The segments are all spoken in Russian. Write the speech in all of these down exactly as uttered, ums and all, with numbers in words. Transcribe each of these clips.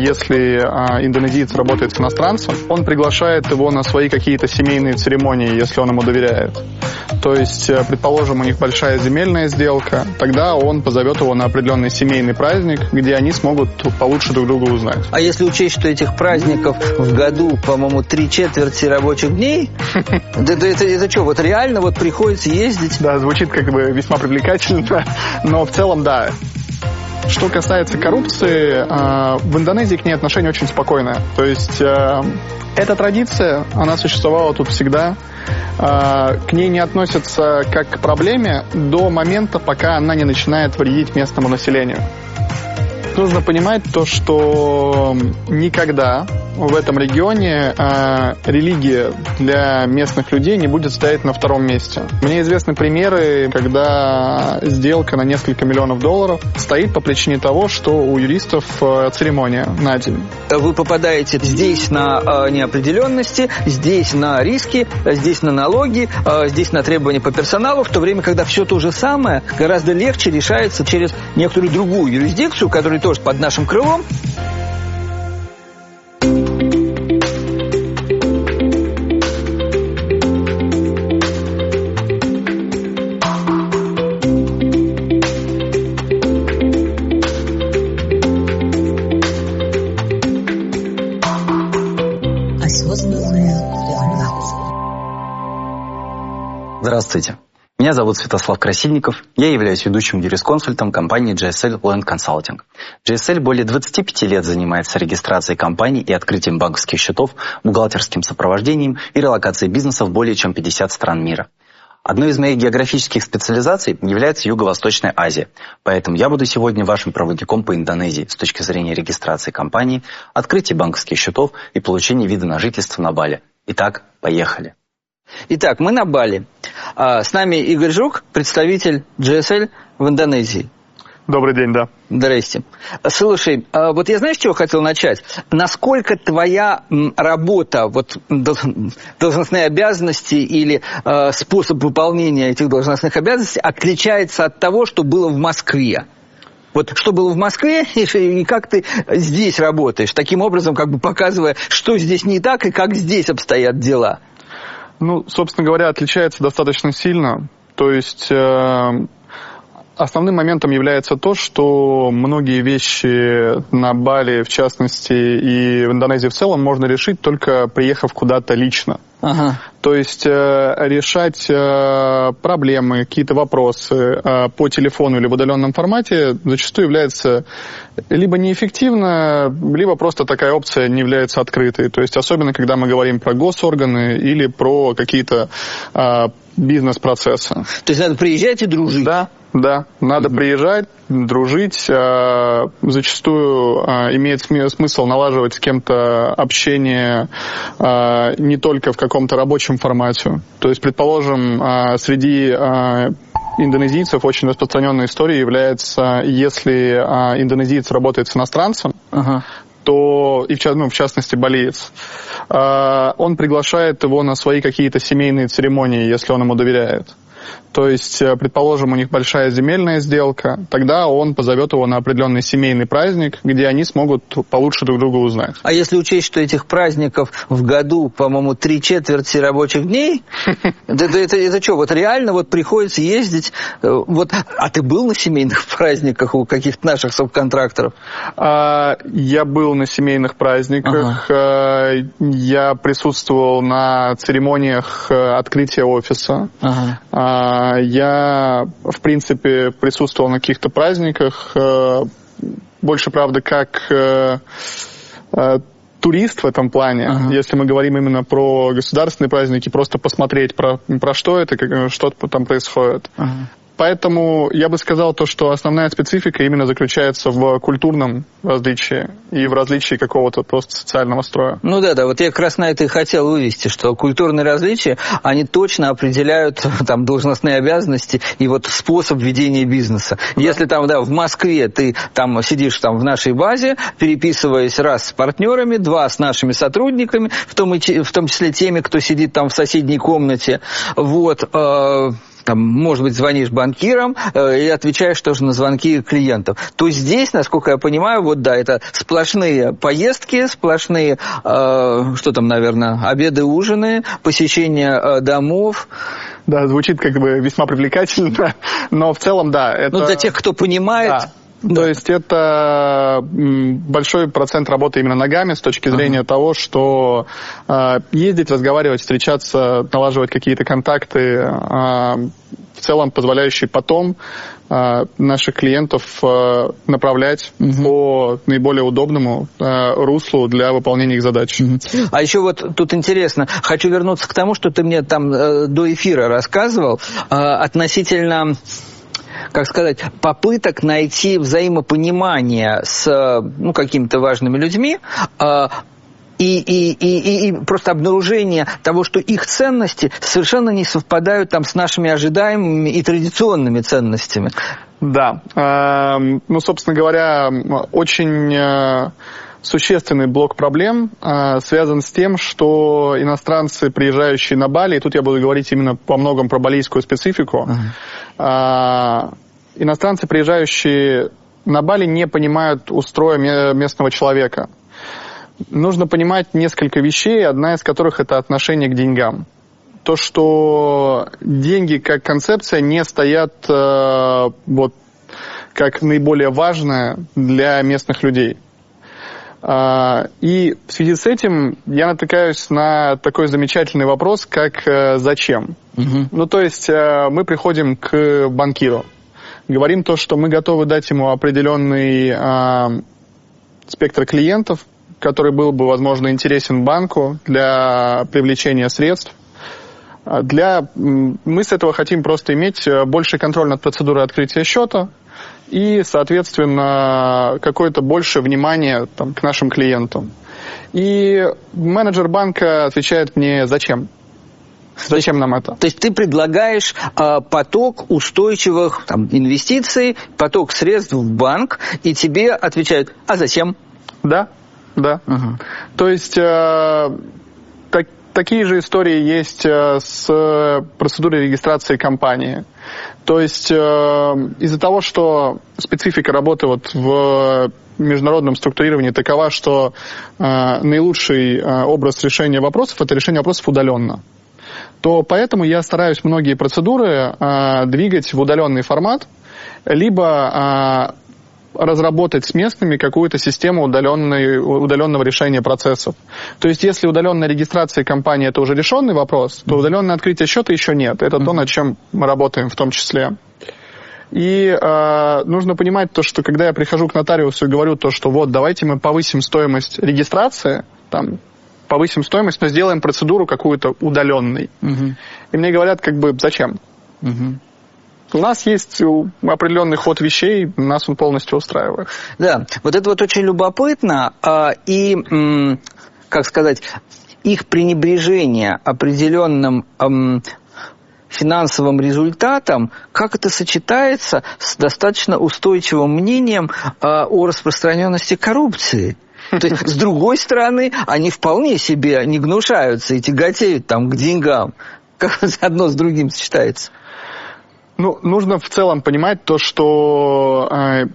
если а, индонезиец работает с иностранцем, он приглашает его на свои какие-то семейные церемонии, если он ему доверяет. То есть, предположим, у них большая земельная сделка, тогда он позовет его на определенный семейный праздник, где они смогут получше друг друга узнать. А если учесть, что этих праздников в году, по-моему, три четверти рабочих дней, это что, вот реально вот приходится ездить? Да, звучит как бы весьма привлекательно, но в целом да. Что касается коррупции, в Индонезии к ней отношение очень спокойное. То есть эта традиция, она существовала тут всегда. К ней не относятся как к проблеме до момента, пока она не начинает вредить местному населению. Нужно понимать то, что никогда в этом регионе э, религия для местных людей не будет стоять на втором месте. Мне известны примеры, когда сделка на несколько миллионов долларов стоит по причине того, что у юристов э, церемония на день. Вы попадаете здесь на э, неопределенности, здесь на риски, здесь на налоги, э, здесь на требования по персоналу, в то время, когда все то же самое гораздо легче решается через некоторую другую юрисдикцию, которая тоже под нашим крылом. Здравствуйте. Меня зовут Святослав Красильников. Я являюсь ведущим юрисконсультом компании джей эс эл Land Consulting. джей эс эл более двадцати пяти лет занимается регистрацией компаний и открытием банковских счетов, бухгалтерским сопровождением и релокацией бизнеса в более чем пятидесяти стран мира. Одной из моих географических специализаций является Юго-Восточная Азия, поэтому я буду сегодня вашим проводником по Индонезии с точки зрения регистрации компании, открытия банковских счетов и получения вида на жительство на Бали. Итак, поехали. Итак, мы на Бали. С нами Игорь Жук, представитель джей эс эл в Индонезии. Добрый день, да. Здрасте. Слушай, вот я знаешь, с чего хотел начать? Насколько твоя работа, вот должностные обязанности или э, способ выполнения этих должностных обязанностей отличается от того, что было в Москве? Вот что было в Москве и как ты здесь работаешь, таким образом как бы показывая, что здесь не так и как здесь обстоят дела. Ну, собственно говоря, отличается достаточно сильно. То есть э, основным моментом является то, что многие вещи на Бали, в частности, и в Индонезии в целом, можно решить, только приехав куда-то лично. Ага. То есть э, решать э, проблемы, какие-то вопросы э, по телефону или в удаленном формате зачастую является либо неэффективно, либо просто такая опция не является открытой. То есть особенно, когда мы говорим про госорганы или про какие-то э, бизнес-процессы. То есть надо приезжать и дружить? Да. Да, надо mm-hmm. приезжать, дружить. Э, зачастую э, имеет смысл налаживать с кем-то общение э, не только в каком-то рабочем формате. То есть, предположим, э, среди э, индонезийцев очень распространенной историей является, если э, индонезиец работает с иностранцем, uh-huh. то, и в, ну, в частности балиец, э, он приглашает его на свои какие-то семейные церемонии, если он ему доверяет. То есть, предположим, у них большая земельная сделка, тогда он позовет его на определенный семейный праздник, где они смогут получше друг друга узнать. А если учесть, что этих праздников в году, по-моему, три четверти рабочих дней, это что, вот реально вот приходится ездить? Вот, а ты был на семейных праздниках у каких-то наших субконтракторов? Я был на семейных праздниках, я присутствовал на церемониях открытия офиса. Я, в принципе, присутствовал на каких-то праздниках, больше, правда, как турист в этом плане, uh-huh. если мы говорим именно про государственные праздники, просто посмотреть, про, про что это, как, что там происходит. Uh-huh. Поэтому я бы сказал то, что основная специфика именно заключается в культурном различии и в различии какого-то просто социального строя. Ну да, да, вот я как раз на это и хотел вывести, что культурные различия, они точно определяют там должностные обязанности и вот способ ведения бизнеса. Да. Если там, да, в Москве ты там сидишь там в нашей базе, переписываясь раз с партнерами, два с нашими сотрудниками, в том, и, в том числе теми, кто сидит там в соседней комнате, вот, э, там, может быть, звонишь банкирам э, и отвечаешь тоже на звонки клиентов. То здесь, насколько я понимаю, вот да, это сплошные поездки, сплошные, э, что там, наверное, обеды, ужины, посещение э, домов. Да, звучит как бы весьма привлекательно, но в целом, да. Это... Ну, для тех, кто понимает... Да. Да. То есть это большой процент работы именно ногами с точки зрения uh-huh. того, что э, ездить, разговаривать, встречаться, налаживать какие-то контакты, э, в целом позволяющие потом э, наших клиентов э, направлять uh-huh. по наиболее удобному э, руслу для выполнения их задач. Uh-huh. А еще вот тут интересно, хочу вернуться к тому, что ты мне там э, до эфира рассказывал э, относительно... как сказать, попыток найти взаимопонимание с, ну, какими-то важными людьми, э, и, и, и, и просто обнаружение того, что их ценности совершенно не совпадают там с нашими ожидаемыми и традиционными ценностями. Да. Э, ну, собственно говоря, очень... Э... Существенный блок проблем э, связан с тем, что иностранцы, приезжающие на Бали, и тут я буду говорить именно по многом про балийскую специфику, uh-huh. э, иностранцы, приезжающие на Бали, не понимают устроя местного человека. Нужно понимать несколько вещей, одна из которых это отношение к деньгам. То, что деньги как концепция не стоят э, вот, как наиболее важное для местных людей. И в связи с этим я натыкаюсь на такой замечательный вопрос, как «зачем?». Угу. Ну, то есть мы приходим к банкиру, говорим то, что мы готовы дать ему определенный а, спектр клиентов, который был бы, возможно, интересен банку для привлечения средств. Для... Мы с этого хотим просто иметь больший контроль над процедурой открытия счета, и, соответственно, какое-то большее внимание там, к нашим клиентам. И менеджер банка отвечает мне, зачем? Зачем нам это? То есть ты предлагаешь э, поток устойчивых там, инвестиций, поток средств в банк, и тебе отвечают, а зачем? Да, да. Угу. То есть э, так, такие же истории есть э, с процедурой регистрации компании. То есть э, из-за того, что специфика работы вот в международном структурировании такова, что э, наилучший э, образ решения вопросов – это решение вопросов удаленно, то поэтому я стараюсь многие процедуры э, двигать в удаленный формат, либо э, разработать с местными какую-то систему удаленного решения процессов. То есть, если удаленная регистрация компании – это уже решенный вопрос, то удаленное открытие счета еще нет. Это mm-hmm. то, над чем мы работаем в том числе. И э, нужно понимать то, что когда я прихожу к нотариусу и говорю то, что вот, давайте мы повысим стоимость регистрации, там, повысим стоимость, но сделаем процедуру какую-то удаленной. Mm-hmm. И мне говорят, как бы, зачем? Mm-hmm. У нас есть определенный ход вещей, нас он полностью устраивает. Да, вот это вот очень любопытно, и, как сказать, их пренебрежение определенным финансовым результатом, как это сочетается с достаточно устойчивым мнением о распространенности коррупции. То есть, с другой стороны, они вполне себе не гнушаются и тяготеют там к деньгам. Как одно с другим сочетается? Ну, нужно в целом понимать то, что э,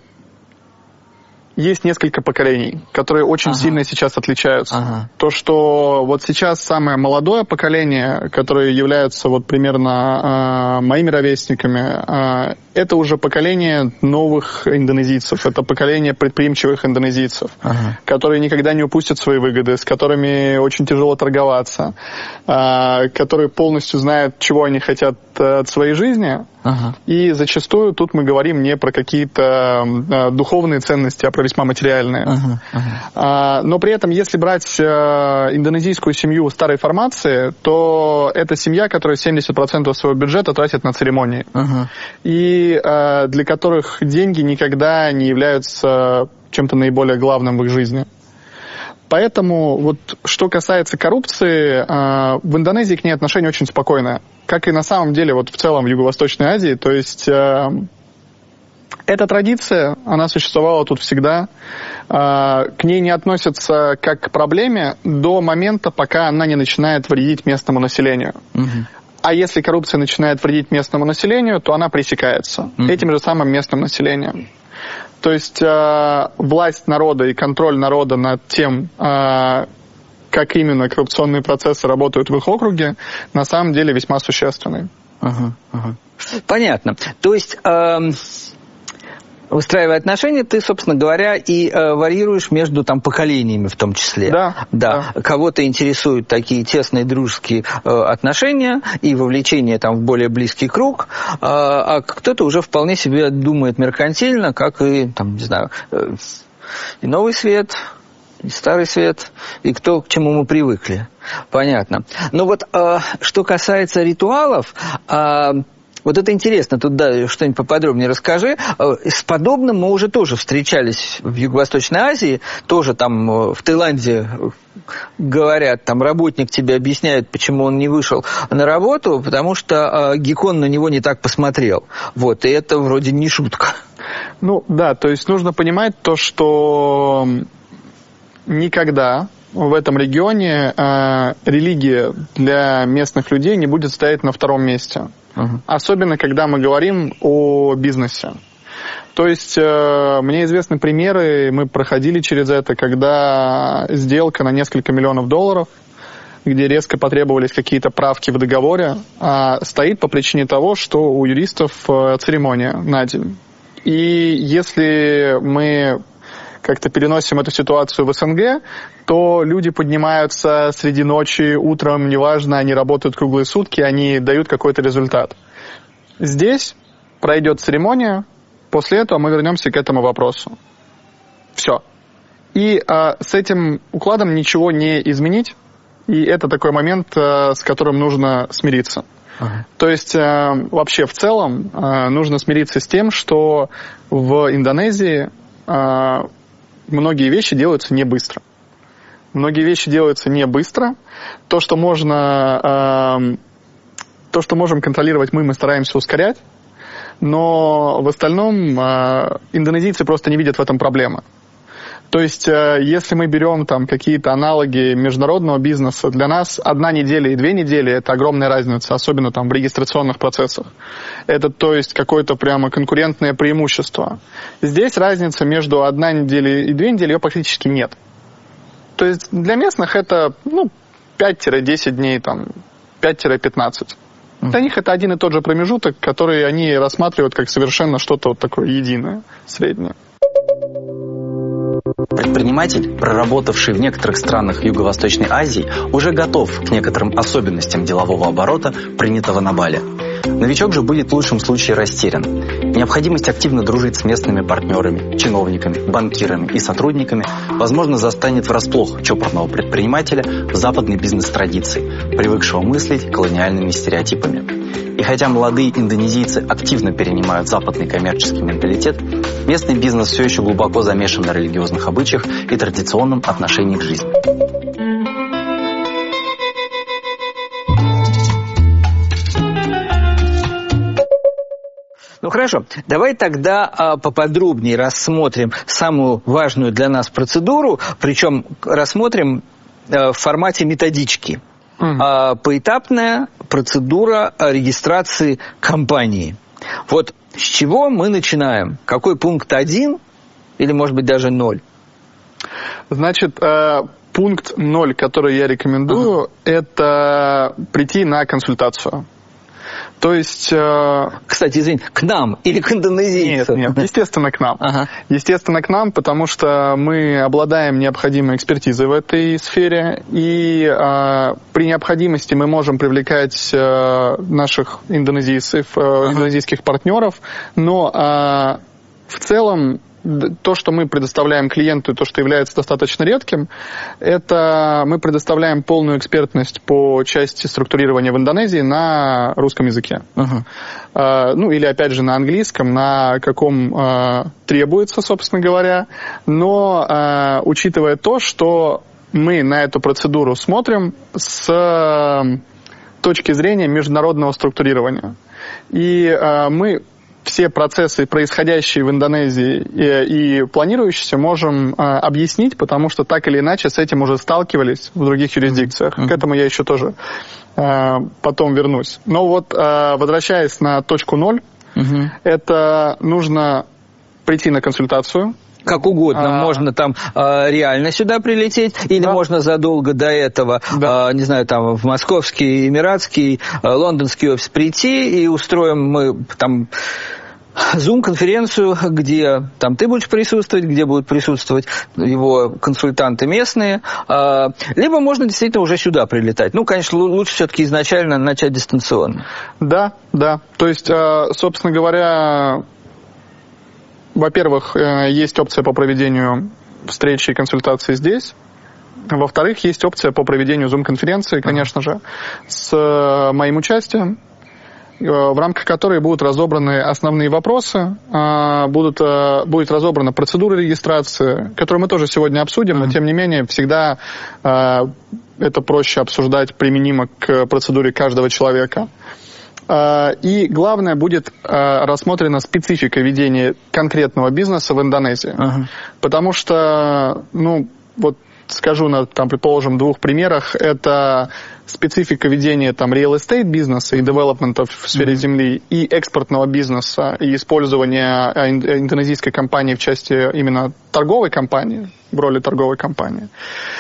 есть несколько поколений, которые очень ага. сильно сейчас отличаются. Ага. То, что вот сейчас самое молодое поколение, которое является вот примерно э, моими ровесниками, э, это уже поколение новых индонезийцев, это поколение предприимчивых индонезийцев, ага. которые никогда не упустят свои выгоды, с которыми очень тяжело торговаться, э, которые полностью знают, чего они хотят от своей жизни. Ага. И зачастую тут мы говорим не про какие-то э, духовные ценности, а про весьма материальные. Ага. Ага. А, но при этом, если брать э, индонезийскую семью старой формации, то это семья, которая семьдесят процентов своего бюджета тратит на церемонии. Ага. И э, для которых деньги никогда не являются чем-то наиболее главным в их жизни. Поэтому, вот, что касается коррупции, э, в Индонезии к ней отношение очень спокойное. Как и на самом деле вот в целом в Юго-Восточной Азии. То есть э, эта традиция, она существовала тут всегда. Э, к ней не относятся как к проблеме до момента, пока она не начинает вредить местному населению. Угу. А если коррупция начинает вредить местному населению, то она пресекается mm-hmm. этим же самым местным населением. То есть э, власть народа и контроль народа над тем, э, как именно коррупционные процессы работают в их округе, на самом деле весьма существенный. Uh-huh, uh-huh. Понятно. То есть, э, устраивая отношения, ты, собственно говоря, и э, варьируешь между там, поколениями в том числе. Да, да. да. Кого-то интересуют такие тесные дружеские э, отношения и вовлечение там, в более близкий круг, э, а кто-то уже вполне себе думает меркантильно, как и, там, не знаю, э, и новый свет, и старый свет, и кто к чему мы привыкли. Понятно. Но вот э, что касается ритуалов, э, вот это интересно, тут да, что-нибудь поподробнее расскажи. С подобным мы уже тоже встречались в Юго-Восточной Азии, тоже там в Таиланде говорят, там работник тебе объясняет, почему он не вышел на работу, потому что э, Геккон на него не так посмотрел. Вот, и это вроде не шутка. Ну да, то есть нужно понимать то, что никогда в этом регионе э, религия для местных людей не будет стоять на втором месте. Uh-huh. Особенно, когда мы говорим о бизнесе. То есть, э, мне известны примеры, мы проходили через это, когда сделка на несколько миллионов долларов, где резко потребовались какие-то правки в договоре, э, стоит по причине того, что у юристов э, церемония на день. И если мы как-то переносим эту ситуацию в СНГ, то люди поднимаются среди ночи, утром, неважно, они работают круглые сутки, они дают какой-то результат. Здесь пройдет церемония, после этого мы вернемся к этому вопросу. Все. И а, с этим укладом ничего не изменить, и это такой момент, а, с которым нужно смириться. Ага. То есть а, вообще в целом а, нужно смириться с тем, что в Индонезии а, многие вещи делаются не быстро. Многие вещи делаются не быстро. То, что можно, э, то, что можем контролировать мы, мы стараемся ускорять. Но в остальном э, индонезийцы просто не видят в этом проблемы. То есть, э, если мы берем там какие-то аналоги международного бизнеса, для нас одна неделя и две недели – это огромная разница, особенно там в регистрационных процессах. Это, то есть, какое-то прямо конкурентное преимущество. Здесь разница между одной неделей и две недели, ее практически нет. То есть, для местных это ну, пять-десять дней, там, пять-пятнадцать. Mm-hmm. Для них это один и тот же промежуток, который они рассматривают как совершенно что-то вот такое единое, среднее. Предприниматель, проработавший в некоторых странах Юго-Восточной Азии, уже готов к некоторым особенностям делового оборота, принятого на Бали. Новичок же будет в лучшем случае растерян. Необходимость активно дружить с местными партнерами, чиновниками, банкирами и сотрудниками, возможно, застанет врасплох чопорного предпринимателя в западной бизнес-традиции, привыкшего мыслить колониальными стереотипами. И хотя молодые индонезийцы активно перенимают западный коммерческий менталитет, местный бизнес все еще глубоко замешан на религиозных обычаях и традиционном отношении к жизни. Ну хорошо, давай тогда а, поподробнее рассмотрим самую важную для нас процедуру, причем рассмотрим а, в формате методички. Mm. А, поэтапная процедура регистрации компании. Вот с чего мы начинаем? Какой пункт один или, может быть, даже ноль? Значит, э, пункт ноль, который я рекомендую, ага. это прийти на консультацию. То есть... Э... Кстати, извини, к нам или к индонезийцам? Нет, нет, естественно, к нам. Ага. Естественно, к нам, потому что мы обладаем необходимой экспертизой в этой сфере, и э, при необходимости мы можем привлекать э, наших индонезийцев, э, ага. индонезийских партнеров, но э, в целом то, что мы предоставляем клиенту, то, что является достаточно редким, это мы предоставляем полную экспертность по части структурирования в Индонезии на русском языке. Uh-huh. Uh, ну, или, опять же, на английском, на каком uh, требуется, собственно говоря. Но, uh, учитывая то, что мы на эту процедуру смотрим с uh, точки зрения международного структурирования. И uh, мы все процессы, происходящие в Индонезии и, и планирующиеся, можем а, объяснить, потому что так или иначе с этим уже сталкивались в других юрисдикциях. Mm-hmm. К этому я еще тоже а, потом вернусь. Но вот, а, возвращаясь на точку ноль, mm-hmm. это нужно прийти на консультацию. Как угодно. А... Можно там э, реально сюда прилететь, или да. можно задолго до этого, да. э, не знаю, там в московский, эмиратский, э, лондонский офис прийти, и устроим мы там Zoom-конференцию, где там ты будешь присутствовать, где будут присутствовать его консультанты местные. Э, либо можно действительно уже сюда прилетать. Ну, конечно, лучше все-таки изначально начать дистанционно. Да, да. То есть, э, собственно говоря... Во-первых, есть опция по проведению встречи и консультации здесь. Во-вторых, есть опция по проведению Zoom-конференции, конечно же, с моим участием, в рамках которой будут разобраны основные вопросы, будут, будет разобрана процедура регистрации, которую мы тоже сегодня обсудим, но тем не менее всегда это проще обсуждать применимо к процедуре каждого человека. И главное, будет рассмотрена специфика ведения конкретного бизнеса в Индонезии. Uh-huh. Потому что, ну, вот скажу на, там, предположим, двух примерах, это специфика ведения там real estate бизнеса и девелопмента в сфере mm-hmm. земли, и экспортного бизнеса, и использования индонезийской компании в части именно торговой компании, в роли торговой компании.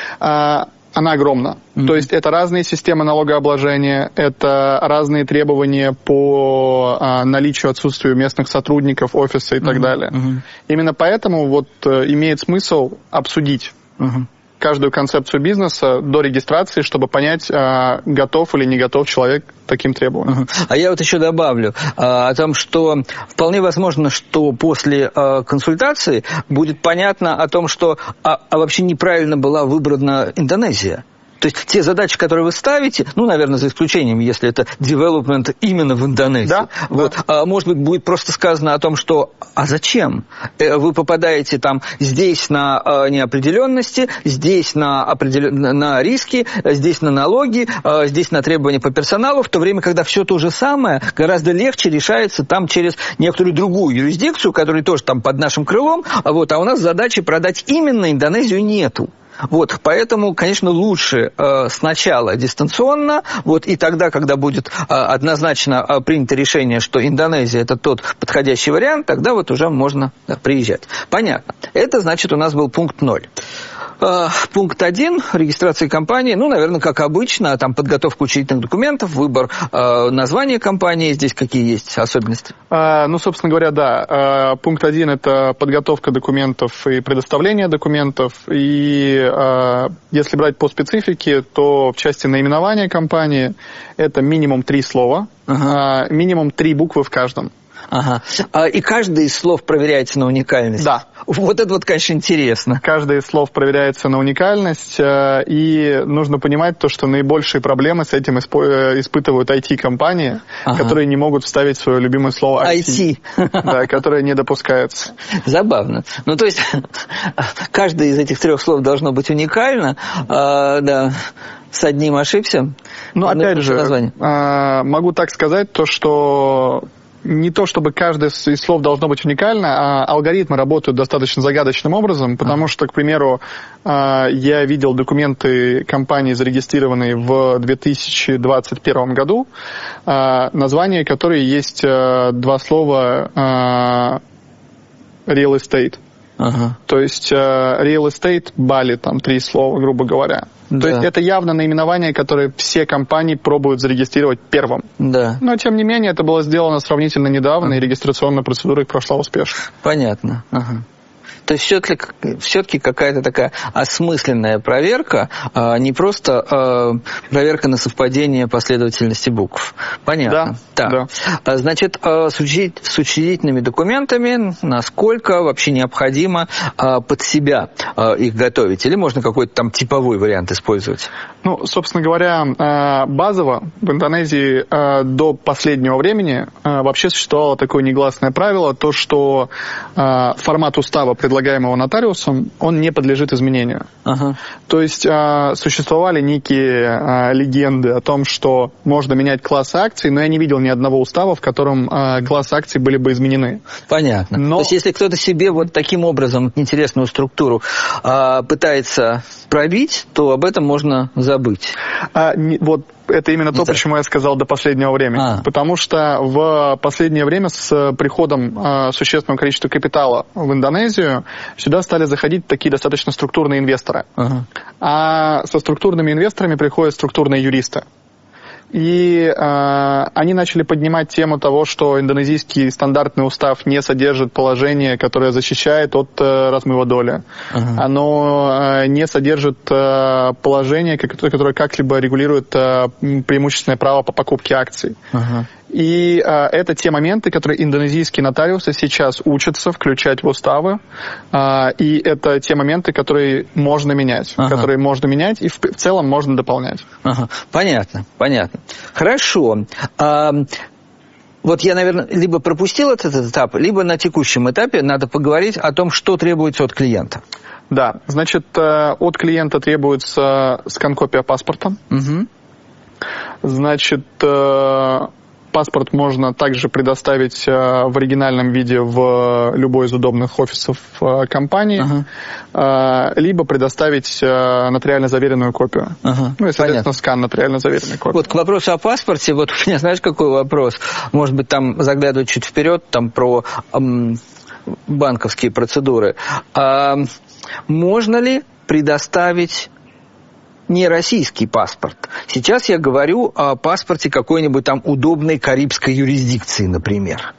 Она огромна. Mm-hmm. То есть это разные системы налогообложения, это разные требования по а, наличию, отсутствию местных сотрудников, офиса и mm-hmm. так далее. Mm-hmm. Именно поэтому вот имеет смысл обсудить mm-hmm. каждую концепцию бизнеса до регистрации, чтобы понять, а, готов или не готов человек к таким требованиям. Uh-huh. А я вот еще добавлю а, о том, что вполне возможно, что после а, консультации будет понятно о том, что а, а вообще неправильно была выбрана Индонезия. То есть те задачи, которые вы ставите, ну, наверное, за исключением, если это development именно в Индонезии, да, вот, да. может быть, будет просто сказано о том, что а зачем? Вы попадаете там здесь на неопределенности, здесь на, определен... на риски, здесь на налоги, здесь на требования по персоналу, в то время, когда все то же самое гораздо легче решается там через некоторую другую юрисдикцию, которая тоже там под нашим крылом, вот, а у нас задачи продать именно Индонезию нету. Вот, поэтому, конечно, лучше э, сначала дистанционно, вот, и тогда, когда будет э, однозначно э, принято решение, что Индонезия – это тот подходящий вариант, тогда вот уже можно да, приезжать. Понятно. Это, значит, у нас был пункт ноль. Э, пункт один – регистрация компании. Ну, наверное, как обычно, там подготовка учредительных документов, выбор э, названия компании. Здесь какие есть особенности? А, ну, собственно говоря, да. А, пункт один – это подготовка документов и предоставление документов. И а, если брать по специфике, то в части наименования компании это минимум три слова, ага. а, минимум три буквы в каждом. Ага. И каждое из слов проверяется на уникальность? Да. Вот это вот, конечно, интересно. Каждое из слов проверяется на уникальность, и нужно понимать то, что наибольшие проблемы с этим испытывают ай ти-компании, ага. которые не могут вставить свое любимое слово ай ти. ай ти. Да, которое не допускается. Забавно. Ну, то есть, каждое из этих трех слов должно быть уникально, а, да, с одним ошибся. Ну, опять же, название. Могу так сказать, то, что не то, чтобы каждое из слов должно быть уникально, а алгоритмы работают достаточно загадочным образом, потому а. что, к примеру, я видел документы компании, зарегистрированные в две тысячи двадцать первом году, название которой есть два слова real estate. Ага. То есть real estate, Бали, там три слова, грубо говоря. Да. То есть это явно наименование, которое все компании пробуют зарегистрировать первым. Да. Но, тем не менее, это было сделано сравнительно недавно, ага. и регистрационная процедура их прошла успешно. Понятно. Ага. То есть все-таки, все-таки какая-то такая осмысленная проверка, а не просто а, проверка на совпадение последовательности букв. Понятно. Да, так. да. Значит, с учредительными документами насколько вообще необходимо а, под себя а, их готовить? Или можно какой-то там типовой вариант использовать? Ну, собственно говоря, базово в Индонезии до последнего времени вообще существовало такое негласное правило, то, что формат устава предлагаемого нотариусом, он не подлежит изменению. Ага. То есть э, существовали некие э, легенды о том, что можно менять класс акций, но я не видел ни одного устава, в котором э, классы акций были бы изменены. Понятно. Но... То есть если кто-то себе вот таким образом интересную структуру э, пытается пробить, то об этом можно забыть. А, не, вот это именно то, Это... почему я сказал до последнего времени. А. Потому что в последнее время с приходом э, существенного количества капитала в Индонезию сюда стали заходить такие достаточно структурные инвесторы. Ага. А со структурными инвесторами приходят структурные юристы. И э, они начали поднимать тему того, что индонезийский стандартный устав не содержит положение, которое защищает от э, размыва доли. Uh-huh. Оно э, не содержит э, положение, которое как-либо регулирует э, преимущественное право по покупке акций. Uh-huh. И э, это те моменты, которые индонезийские нотариусы сейчас учатся включать в уставы. Э, и это те моменты, которые можно менять. Ага. Которые можно менять и в, в целом можно дополнять. Ага. Понятно, понятно. Хорошо. А, вот я, наверное, либо пропустил этот этап, либо на текущем этапе надо поговорить о том, что требуется от клиента. Да, значит, э, от клиента требуется скан-копия паспорта. Угу. Значит... Э, Паспорт можно также предоставить в оригинальном виде в любой из удобных офисов компании, ага. либо предоставить нотариально заверенную копию. Ага. Ну и, соответственно, Понятно. Скан нотариально заверенной копии. Вот к вопросу о паспорте, вот у меня, знаешь, какой вопрос? Может быть, там заглядывать чуть вперед, там про эм, банковские процедуры. А, можно ли предоставить не российский паспорт? Сейчас я говорю о паспорте какой-нибудь там удобной карибской юрисдикции, например.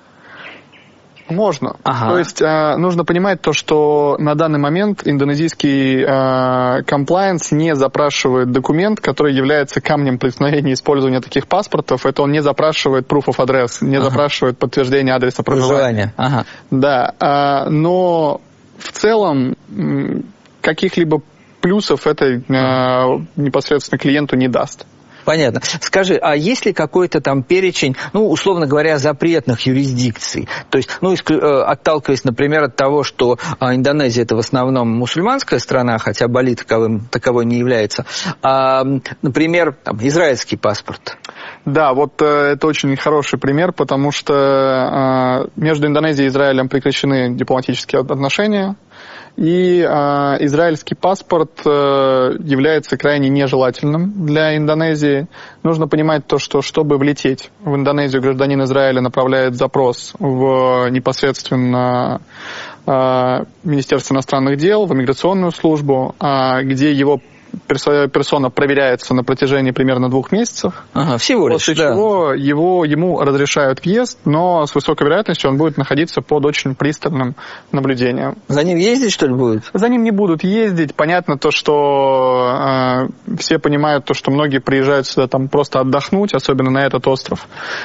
Можно. Ага. То есть э, нужно понимать то, что на данный момент индонезийский комплаенс э, не запрашивает документ, который является камнем преткновения использования таких паспортов. Это он не запрашивает proof of address, не ага. запрашивает подтверждение адреса проживания. Ага. Да, э, но в целом каких-либо плюсов это э, непосредственно клиенту не даст. Понятно. Скажи, а есть ли какой-то там перечень, ну, условно говоря, запретных юрисдикций? То есть, ну, отталкиваясь, например, от того, что Индонезия – это в основном мусульманская страна, хотя Бали таковым, таковой не является, а, например, там, израильский паспорт. Да, вот э, это очень хороший пример, потому что э, между Индонезией и Израилем прекращены дипломатические отношения. И э, израильский паспорт э, является крайне нежелательным для Индонезии. Нужно понимать то, что чтобы влететь в Индонезию, гражданин Израиля направляет запрос в непосредственно э, Министерство иностранных дел, в иммиграционную службу, э, где его персона проверяется на протяжении примерно двух месяцев. Ага, всего лишь, после да. чего его, ему разрешают въезд, но с высокой вероятностью он будет находиться под очень пристальным наблюдением. За ним ездить, что ли, будет? За ним не будут ездить. Понятно то, что э, все понимают то, что многие приезжают сюда там просто отдохнуть, особенно на этот остров.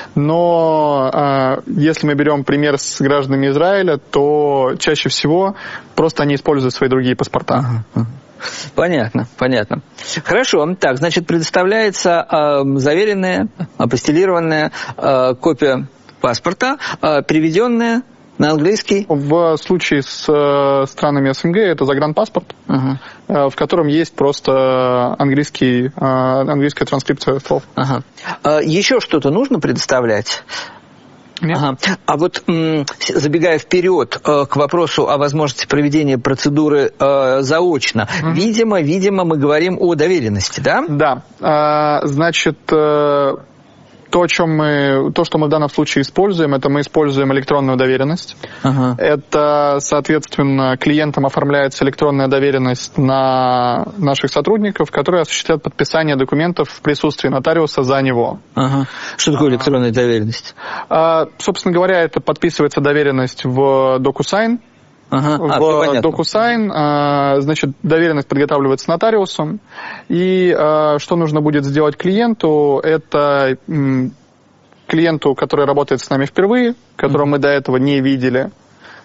Но э, если мы берем пример с гражданами Израиля, то чаще всего просто они используют свои другие паспорта. Ага, ага. Понятно, понятно. Хорошо, так, значит, предоставляется э, заверенная, апостилированная э, копия паспорта, э, переведенная на английский. В случае с э, странами СНГ это загранпаспорт, uh-huh. э, в котором есть просто английский, э, английская транскрипция слов. Uh-huh. Э, еще что-то нужно предоставлять? Ага. А вот м, забегая вперед э, к вопросу о возможности проведения процедуры э, заочно, mm-hmm. видимо, видимо, мы говорим о доверенности, да? Да. А, значит, э, то, о чем мы, то, что мы в данном случае используем, это мы используем электронную доверенность. Ага. Это, соответственно, клиентам оформляется электронная доверенность на наших сотрудников, которые осуществляют подписание документов в присутствии нотариуса за него. Ага. Что такое электронная доверенность? А, собственно говоря, это подписывается доверенность в DocuSign. Ага. В а, DocuSign, а, значит, доверенность подготавливается нотариусом, и а, что нужно будет сделать клиенту, это м, клиенту, который работает с нами впервые, которого mm-hmm. мы до этого не видели,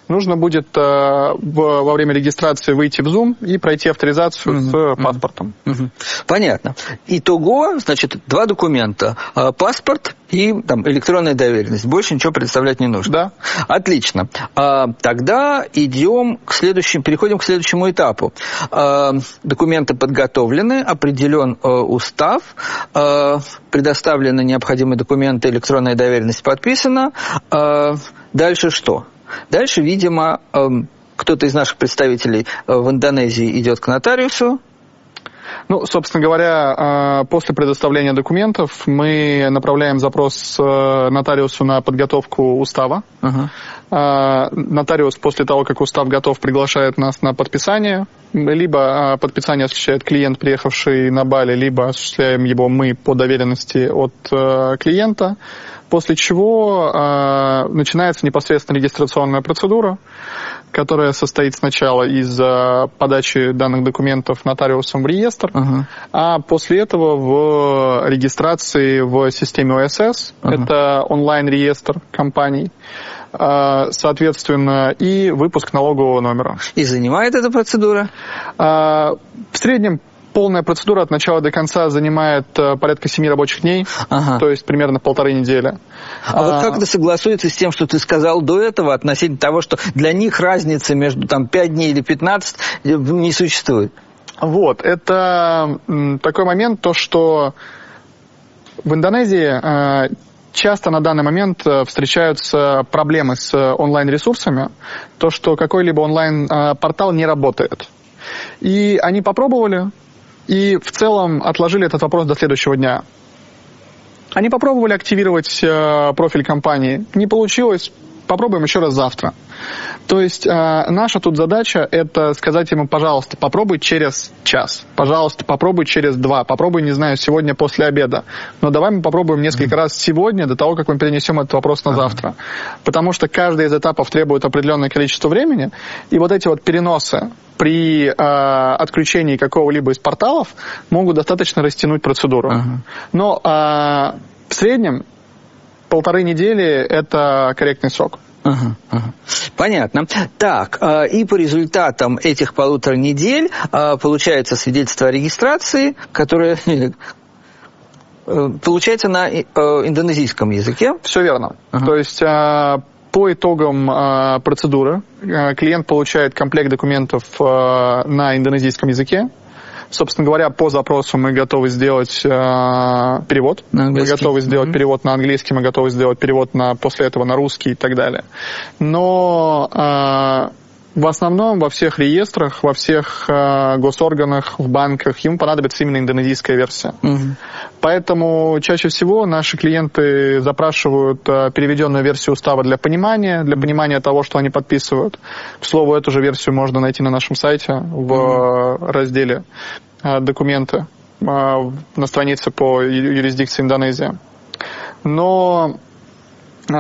нужно будет э, в, во время регистрации выйти в Zoom и пройти авторизацию mm-hmm. с паспортом. Mm-hmm. Понятно. Итого, значит, два документа. Паспорт и там, электронная доверенность. Больше ничего представлять не нужно. Да. Отлично. А, тогда идем к следующему, переходим к следующему этапу. А, документы подготовлены, определен а, устав, а, предоставлены необходимые документы, электронная доверенность подписана. А, дальше что? Дальше, видимо, а, кто-то из наших представителей в Индонезии идет к нотариусу. Ну, собственно говоря, после предоставления документов мы направляем запрос нотариусу на подготовку устава. Uh-huh. Нотариус после того, как устав готов, приглашает нас на подписание. Либо подписание осуществляет клиент, приехавший на Бали, либо осуществляем его мы по доверенности от клиента. После чего э, начинается непосредственно регистрационная процедура, которая состоит сначала из э, подачи данных документов нотариусом в реестр, uh-huh. а после этого в регистрации в системе о эс эс, uh-huh. это онлайн-реестр компаний, э, соответственно, и выпуск налогового номера. И занимает эта процедура? Э, в среднем полная процедура от начала до конца занимает э, порядка семи рабочих дней, ага. то есть примерно полторы недели. А, а вот как это согласуется с тем, что ты сказал до этого, относительно того, что для них разницы между там, пять дней или пятнадцать не существует? Вот, это м, такой момент, то, что в Индонезии э, часто на данный момент встречаются проблемы с онлайн-ресурсами, то, что какой-либо онлайн-портал не работает. И они попробовали, и в целом отложили этот вопрос до следующего дня. Они попробовали активировать э, профиль компании. Не получилось. Попробуем еще раз завтра. То есть э, наша тут задача – это сказать ему, пожалуйста, попробуй через час. Пожалуйста, попробуй через два. Попробуй, не знаю, сегодня после обеда. Но давай мы попробуем несколько mm-hmm. раз сегодня, до того, как мы перенесем этот вопрос на uh-huh. завтра. Потому что каждый из этапов требует определенное количество времени. И вот эти вот переносы при э, отключении какого-либо из порталов могут достаточно растянуть процедуру. Uh-huh. Но э, в среднем полторы недели – это корректный срок. Uh-huh, uh-huh. Понятно. Так, э, и по результатам этих полутора недель э, получается свидетельство о регистрации, которое э, получается на э, индонезийском языке. Все верно. Uh-huh. То есть э, по итогам э, процедуры э, клиент получает комплект документов э, на индонезийском языке. Собственно говоря, по запросу мы готовы сделать э, перевод. Мы готовы сделать mm-hmm. перевод на английский, мы готовы сделать перевод на, после этого на русский и так далее. Но э, в основном во всех реестрах, во всех э, госорганах, в банках ему понадобится именно индонезийская версия. Mm-hmm. Поэтому чаще всего наши клиенты запрашивают э, переведенную версию устава для понимания, для понимания того, что они подписывают. К слову, эту же версию можно найти на нашем сайте в mm-hmm. разделе э, «Документы» э, на странице по юрисдикции Индонезии. Но э,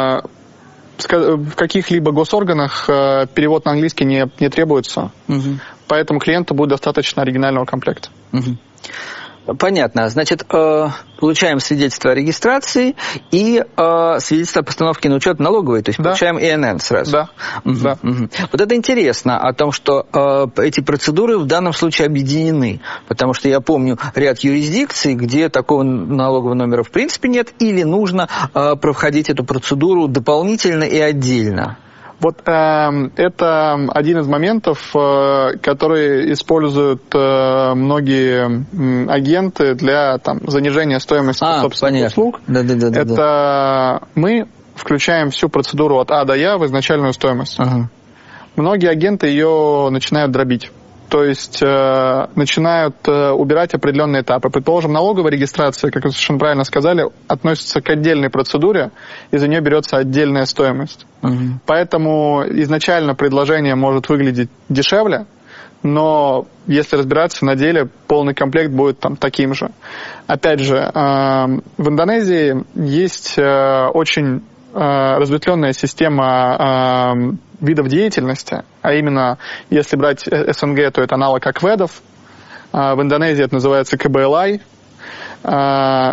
в каких-либо госорганах э, перевод на английский не, не требуется, mm-hmm. поэтому клиенту будет достаточно оригинального комплекта. Mm-hmm. Понятно. Значит, э, получаем свидетельство о регистрации и э, свидетельство о постановке на учет налоговой, то есть да. получаем и эн эн сразу. Да. Угу, да. Угу. Вот это интересно о том, что э, эти процедуры в данном случае объединены, потому что я помню ряд юрисдикций, где такого налогового номера в принципе нет, или нужно э, проходить эту процедуру дополнительно и отдельно. Вот э, это один из моментов, э, которые используют э, многие э, агенты для там, занижения стоимости а, собственных понятно. услуг. Да, да, да, это да. мы включаем всю процедуру от А до Я в изначальную стоимость. Ага. Многие агенты ее начинают дробить. То есть э, начинают э, убирать определенные этапы. Предположим, налоговая регистрация, как вы совершенно правильно сказали, относится к отдельной процедуре, и за нее берется отдельная стоимость. Угу. Поэтому изначально предложение может выглядеть дешевле, но если разбираться на деле, полный комплект будет там таким же. Опять же, э, в Индонезии есть э, очень э, разветвленная система э, видов деятельности, а именно, если брать эс эн гэ, то это аналог АКВЭДов, в Индонезии это называется ка бэ эл ай.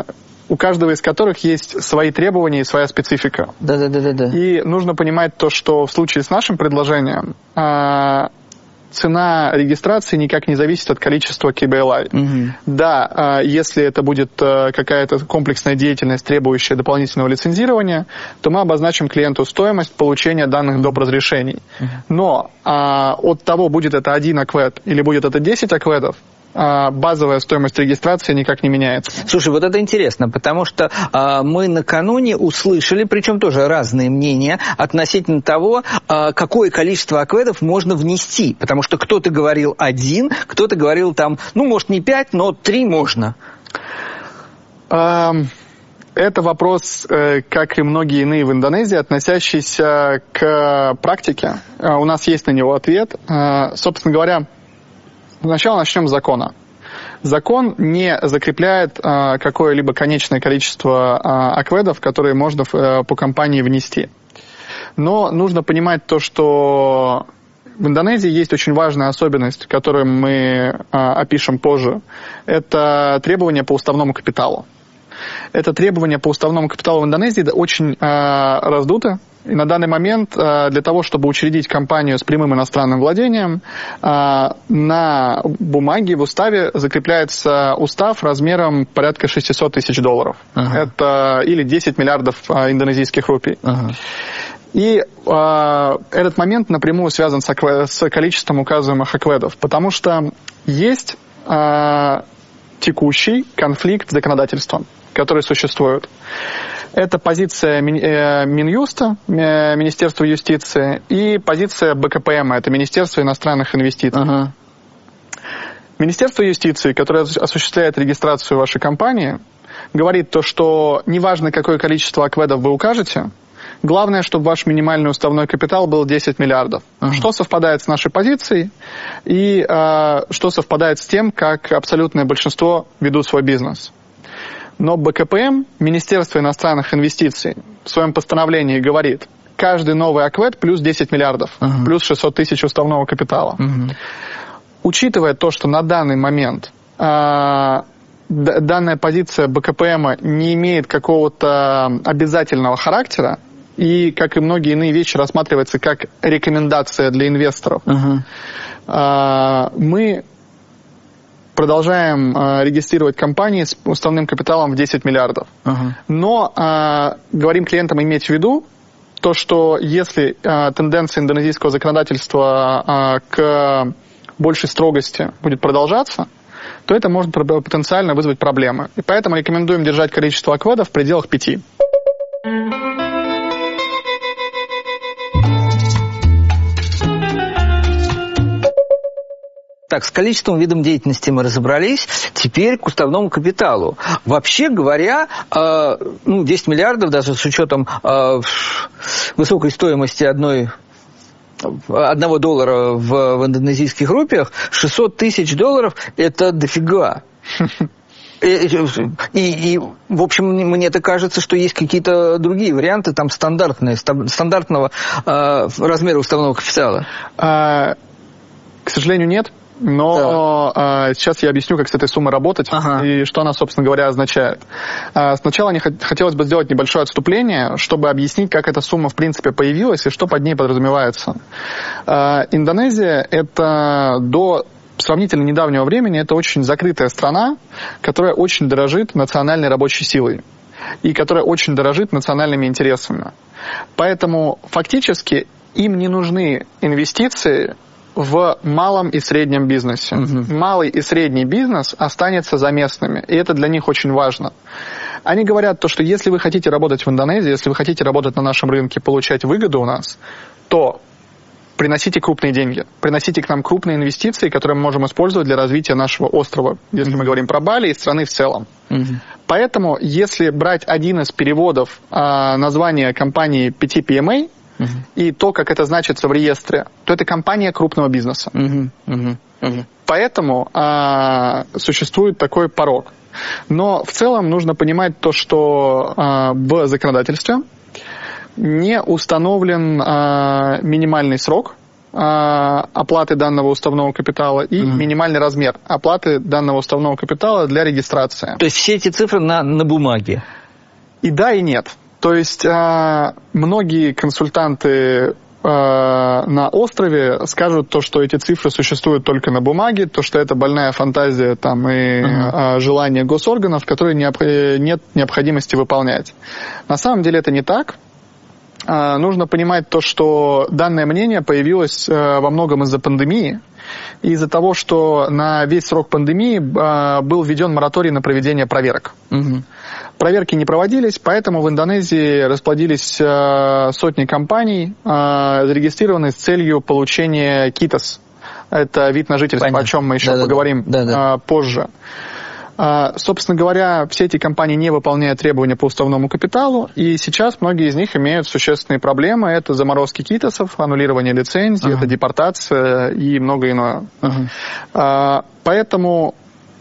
у каждого из которых есть свои требования и своя специфика. Да-да-да. И нужно понимать то, что в случае с нашим предложением а, цена регистрации никак не зависит от количества кей би эл ай. Угу. Да, если это будет какая-то комплексная деятельность, требующая дополнительного лицензирования, то мы обозначим клиенту стоимость получения данных доп. Разрешений. Угу. Но а, от того, будет это один аквэд или будет это десять аквэдов, базовая стоимость регистрации никак не меняется. Слушай, вот это интересно, потому что а, мы накануне услышали, причем тоже разные мнения относительно того, а, какое количество аквэдов можно внести. Потому что кто-то говорил один, кто-то говорил там, ну, может, не пять, но три можно. А, это вопрос, как и многие иные в Индонезии, относящийся к практике. У нас есть на него ответ. Собственно говоря, сначала начнем с закона. Закон не закрепляет а, какое-либо конечное количество а, аквэдов, которые можно а, по компании внести. Но нужно понимать то, что в Индонезии есть очень важная особенность, которую мы а, опишем позже. Это требования по уставному капиталу. Это требования по уставному капиталу в Индонезии очень а, раздуты. И на данный момент для того, чтобы учредить компанию с прямым иностранным владением, на бумаге в уставе закрепляется устав размером порядка шестьсот тысяч долларов. Ага. Это или десять миллиардов индонезийских рупий. Ага. И э, этот момент напрямую связан с, аквэ... с количеством указываемых аквэдов, потому что есть э, текущий конфликт законодательства, который существует. Это позиция Минюста, Министерства юстиции, и позиция бэ ка пэ эм, это Министерство иностранных инвестиций. Ага. Министерство юстиции, которое осуществляет регистрацию вашей компании, говорит то, что неважно, какое количество аквэдов вы укажете, главное, чтобы ваш минимальный уставной капитал был десять миллиардов. Ага. Что совпадает с нашей позицией и э, что совпадает с тем, как абсолютное большинство ведут свой бизнес. Но бэ ка пэ эм, Министерство иностранных инвестиций, в своем постановлении говорит, каждый новый аквэд плюс десять миллиардов, uh-huh. плюс шестьсот тысяч уставного капитала. Uh-huh. Учитывая то, что на данный момент э, данная позиция бэ ка пэ эм не имеет какого-то обязательного характера, и, как и многие иные вещи, рассматривается как рекомендация для инвесторов, uh-huh. э, мы продолжаем э, регистрировать компании с уставным капиталом в десять миллиардов. Uh-huh. Но э, говорим клиентам иметь в виду то, что если э, тенденция индонезийского законодательства э, к большей строгости будет продолжаться, то это может потенциально вызвать проблемы. И поэтому рекомендуем держать количество аквэдов в пределах пяти. Так, с количеством видом деятельности мы разобрались. Теперь к уставному капиталу. Вообще говоря, э, ну, десять миллиардов, даже с учетом э, высокой стоимости одной, одного доллара в, в индонезийских рупиях, шестьсот тысяч долларов – это дофига. И, и, и, в общем, мне это кажется, что есть какие-то другие варианты, там, стандартные, стандартного э, размера уставного капитала. А, к сожалению, нет. Но да. а, сейчас я объясню, как с этой суммой работать, ага. и что она, собственно говоря, означает. А, сначала мне хотелось бы сделать небольшое отступление, чтобы объяснить, как эта сумма в принципе появилась и что под ней подразумевается. А, Индонезия – это до сравнительно недавнего времени это очень закрытая страна, которая очень дорожит национальной рабочей силой и которая очень дорожит национальными интересами. Поэтому фактически им не нужны инвестиции в малом и среднем бизнесе. Uh-huh. Малый и средний бизнес останется за местными, и это для них очень важно. Они говорят то, что если вы хотите работать в Индонезии, если вы хотите работать на нашем рынке, получать выгоду у нас, то приносите крупные деньги, приносите к нам крупные инвестиции, которые мы можем использовать для развития нашего острова, если uh-huh. мы говорим про Бали и страны в целом. Uh-huh. Поэтому, если брать один из переводов а, названия компании пи ти пи эм эй, Uh-huh. и то, как это значится в реестре, то это компания крупного бизнеса. Uh-huh. Uh-huh. Uh-huh. Поэтому а, существует такой порог. Но в целом нужно понимать то, что а, в законодательстве не установлен а, минимальный срок оплаты данного уставного капитала и mm-hmm. минимальный размер оплаты данного уставного капитала для регистрации. То есть все эти цифры на, на бумаге? И да, и нет. То есть многие консультанты на острове скажут то, что эти цифры существуют только на бумаге, то, что это больная фантазия там, и uh-huh. желание госорганов, которые необ- нет необходимости выполнять. На самом деле это не так. Нужно понимать то, что данное мнение появилось во многом из-за пандемии, и из-за того, что на весь срок пандемии был введен мораторий на проведение проверок. Угу. Проверки не проводились, поэтому в Индонезии расплодились сотни компаний, зарегистрированные с целью получения КИТОС. Это вид на жительство, Понятно. О чем мы еще да, поговорим да, да. позже. Собственно говоря, все эти компании не выполняют требования по уставному капиталу, и сейчас многие из них имеют существенные проблемы. Это заморозки КИТОСов, аннулирование лицензий, uh-huh. это депортация и многое иное. Uh-huh. Поэтому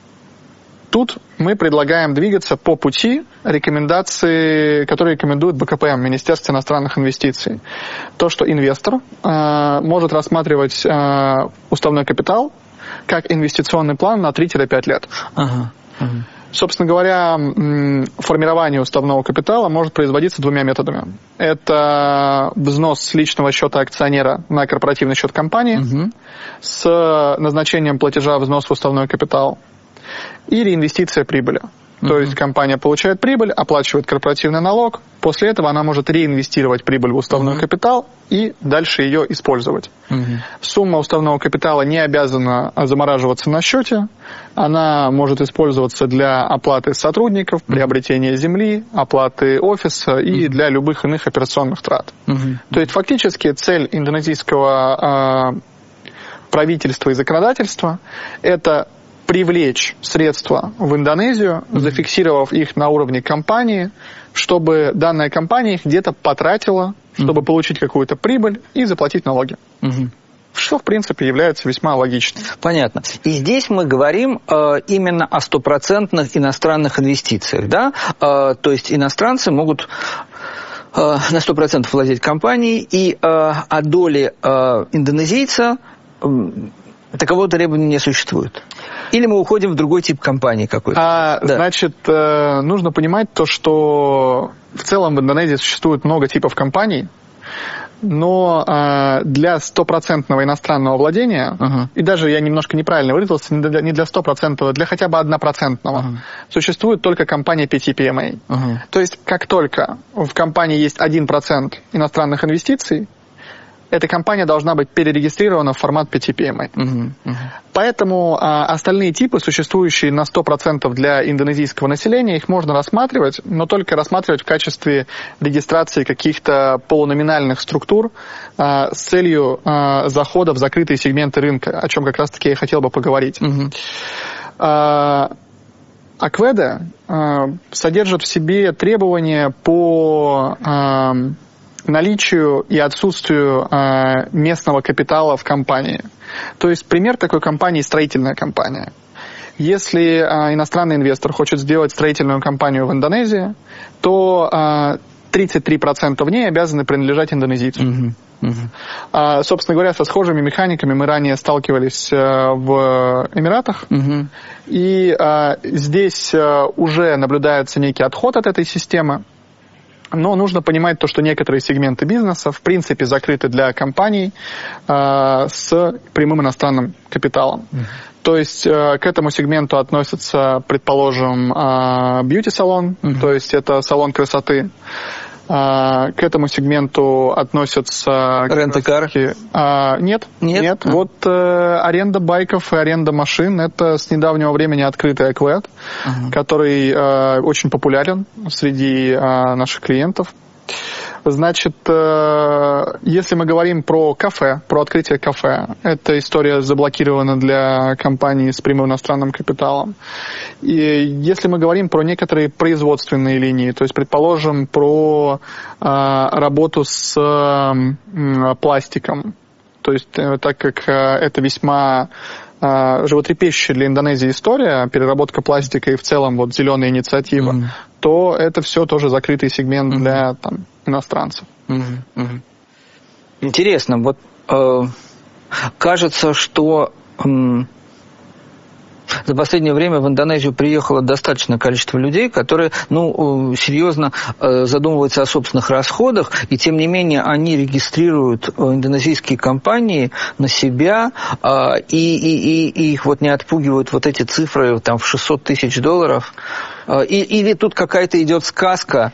тут мы предлагаем двигаться по пути рекомендаций, которые рекомендует БКПМ, Министерство иностранных инвестиций. То, что инвестор может рассматривать уставной капитал как инвестиционный план на три-пять лет. Uh-huh. Uh-huh. Собственно говоря, формирование уставного капитала может производиться двумя методами. Это взнос с личного счета акционера на корпоративный счет компании uh-huh. с назначением платежа взнос в уставной капитал и реинвестиция прибыли. Uh-huh. То есть компания получает прибыль, оплачивает корпоративный налог, после этого она может реинвестировать прибыль в уставной uh-huh. капитал и дальше ее использовать. Uh-huh. Сумма уставного капитала не обязана замораживаться на счете, она может использоваться для оплаты сотрудников, uh-huh. приобретения земли, оплаты офиса и uh-huh. для любых иных операционных трат. Uh-huh. То есть фактически цель индонезийского э, правительства и законодательства – это привлечь средства в Индонезию, mm-hmm. зафиксировав их на уровне компании, чтобы данная компания их где-то потратила, чтобы mm-hmm. получить какую-то прибыль и заплатить налоги. Mm-hmm. Что, в принципе, является весьма логичным. Понятно. И здесь мы говорим э, именно о стопроцентных иностранных инвестициях, да? Э, то есть иностранцы могут э, на сто процентов владеть компанией, и э, о доле э, индонезийца э, такового требования не существует. Или мы уходим в другой тип компании какой-то? А, да. Значит, э, нужно понимать то, что в целом в Индонезии существует много типов компаний, но э, для стопроцентного иностранного владения, uh-huh. и даже я немножко неправильно выразился, не для стопроцентного, для хотя бы однопроцентного, uh-huh. существует только компания пи ти пи эм эй. Uh-huh. То есть, как только в компании есть один процент иностранных инвестиций, эта компания должна быть перерегистрирована в формат пи ти пи эм эй. Uh-huh. Uh-huh. Поэтому а, остальные типы, существующие на сто процентов для индонезийского населения, их можно рассматривать, но только рассматривать в качестве регистрации каких-то полуноминальных структур а, с целью а, захода в закрытые сегменты рынка, о чем как раз-таки я хотел бы поговорить. Uh-huh. А, Акведа а, содержит в себе требования по А, наличию и отсутствию э, местного капитала в компании. То есть пример такой компании – строительная компания. Если э, иностранный инвестор хочет сделать строительную компанию в Индонезии, то э, тридцать три процента в ней обязаны принадлежать индонезийцу. Uh-huh. Uh-huh. А, собственно говоря, со схожими механиками мы ранее сталкивались а, в Эмиратах. Uh-huh. И а, здесь а, уже наблюдается некий отход от этой системы. Но нужно понимать то, что некоторые сегменты бизнеса в принципе закрыты для компаний э, с прямым иностранным капиталом. Mm-hmm. То есть э, к этому сегменту относится, предположим, э, бьюти-салон, mm-hmm. то есть это салон красоты. К этому сегменту относятся... Рент-а-кар? А, нет, нет. нет. А. Вот э, аренда байков и аренда машин – это с недавнего времени открытый Аквед, ага. который э, очень популярен среди э, наших клиентов. Значит, э, если мы говорим про кафе, про открытие кафе, эта история заблокирована для компаний с прямым иностранным капиталом. И если мы говорим про некоторые производственные линии, то есть, предположим, про э, работу с э, пластиком, то есть, э, так как э, это весьма э, животрепещущая для Индонезии история, переработка пластика и в целом вот зеленая инициатива, mm. то это все тоже закрытый сегмент mm. для там, иностранцев. Mm-hmm. Mm-hmm. Интересно, вот э, кажется, что м- за последнее время в Индонезию приехало достаточное количество людей, которые, ну, серьезно задумываются о собственных расходах, и тем не менее они регистрируют индонезийские компании на себя, и, и, и, и их вот не отпугивают вот эти цифры там, в шестьсот тысяч долларов. И, или тут какая-то идет сказка.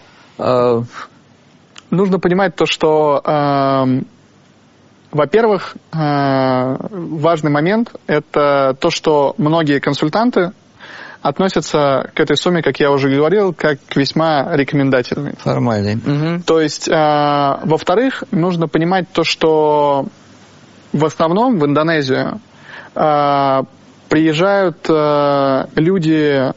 Нужно понимать то, что... Э- Во-первых, важный момент – это то, что многие консультанты относятся к этой сумме, как я уже говорил, как к весьма рекомендательной. Формальной. Угу. То есть, во-вторых, нужно понимать то, что в основном в Индонезию приезжают люди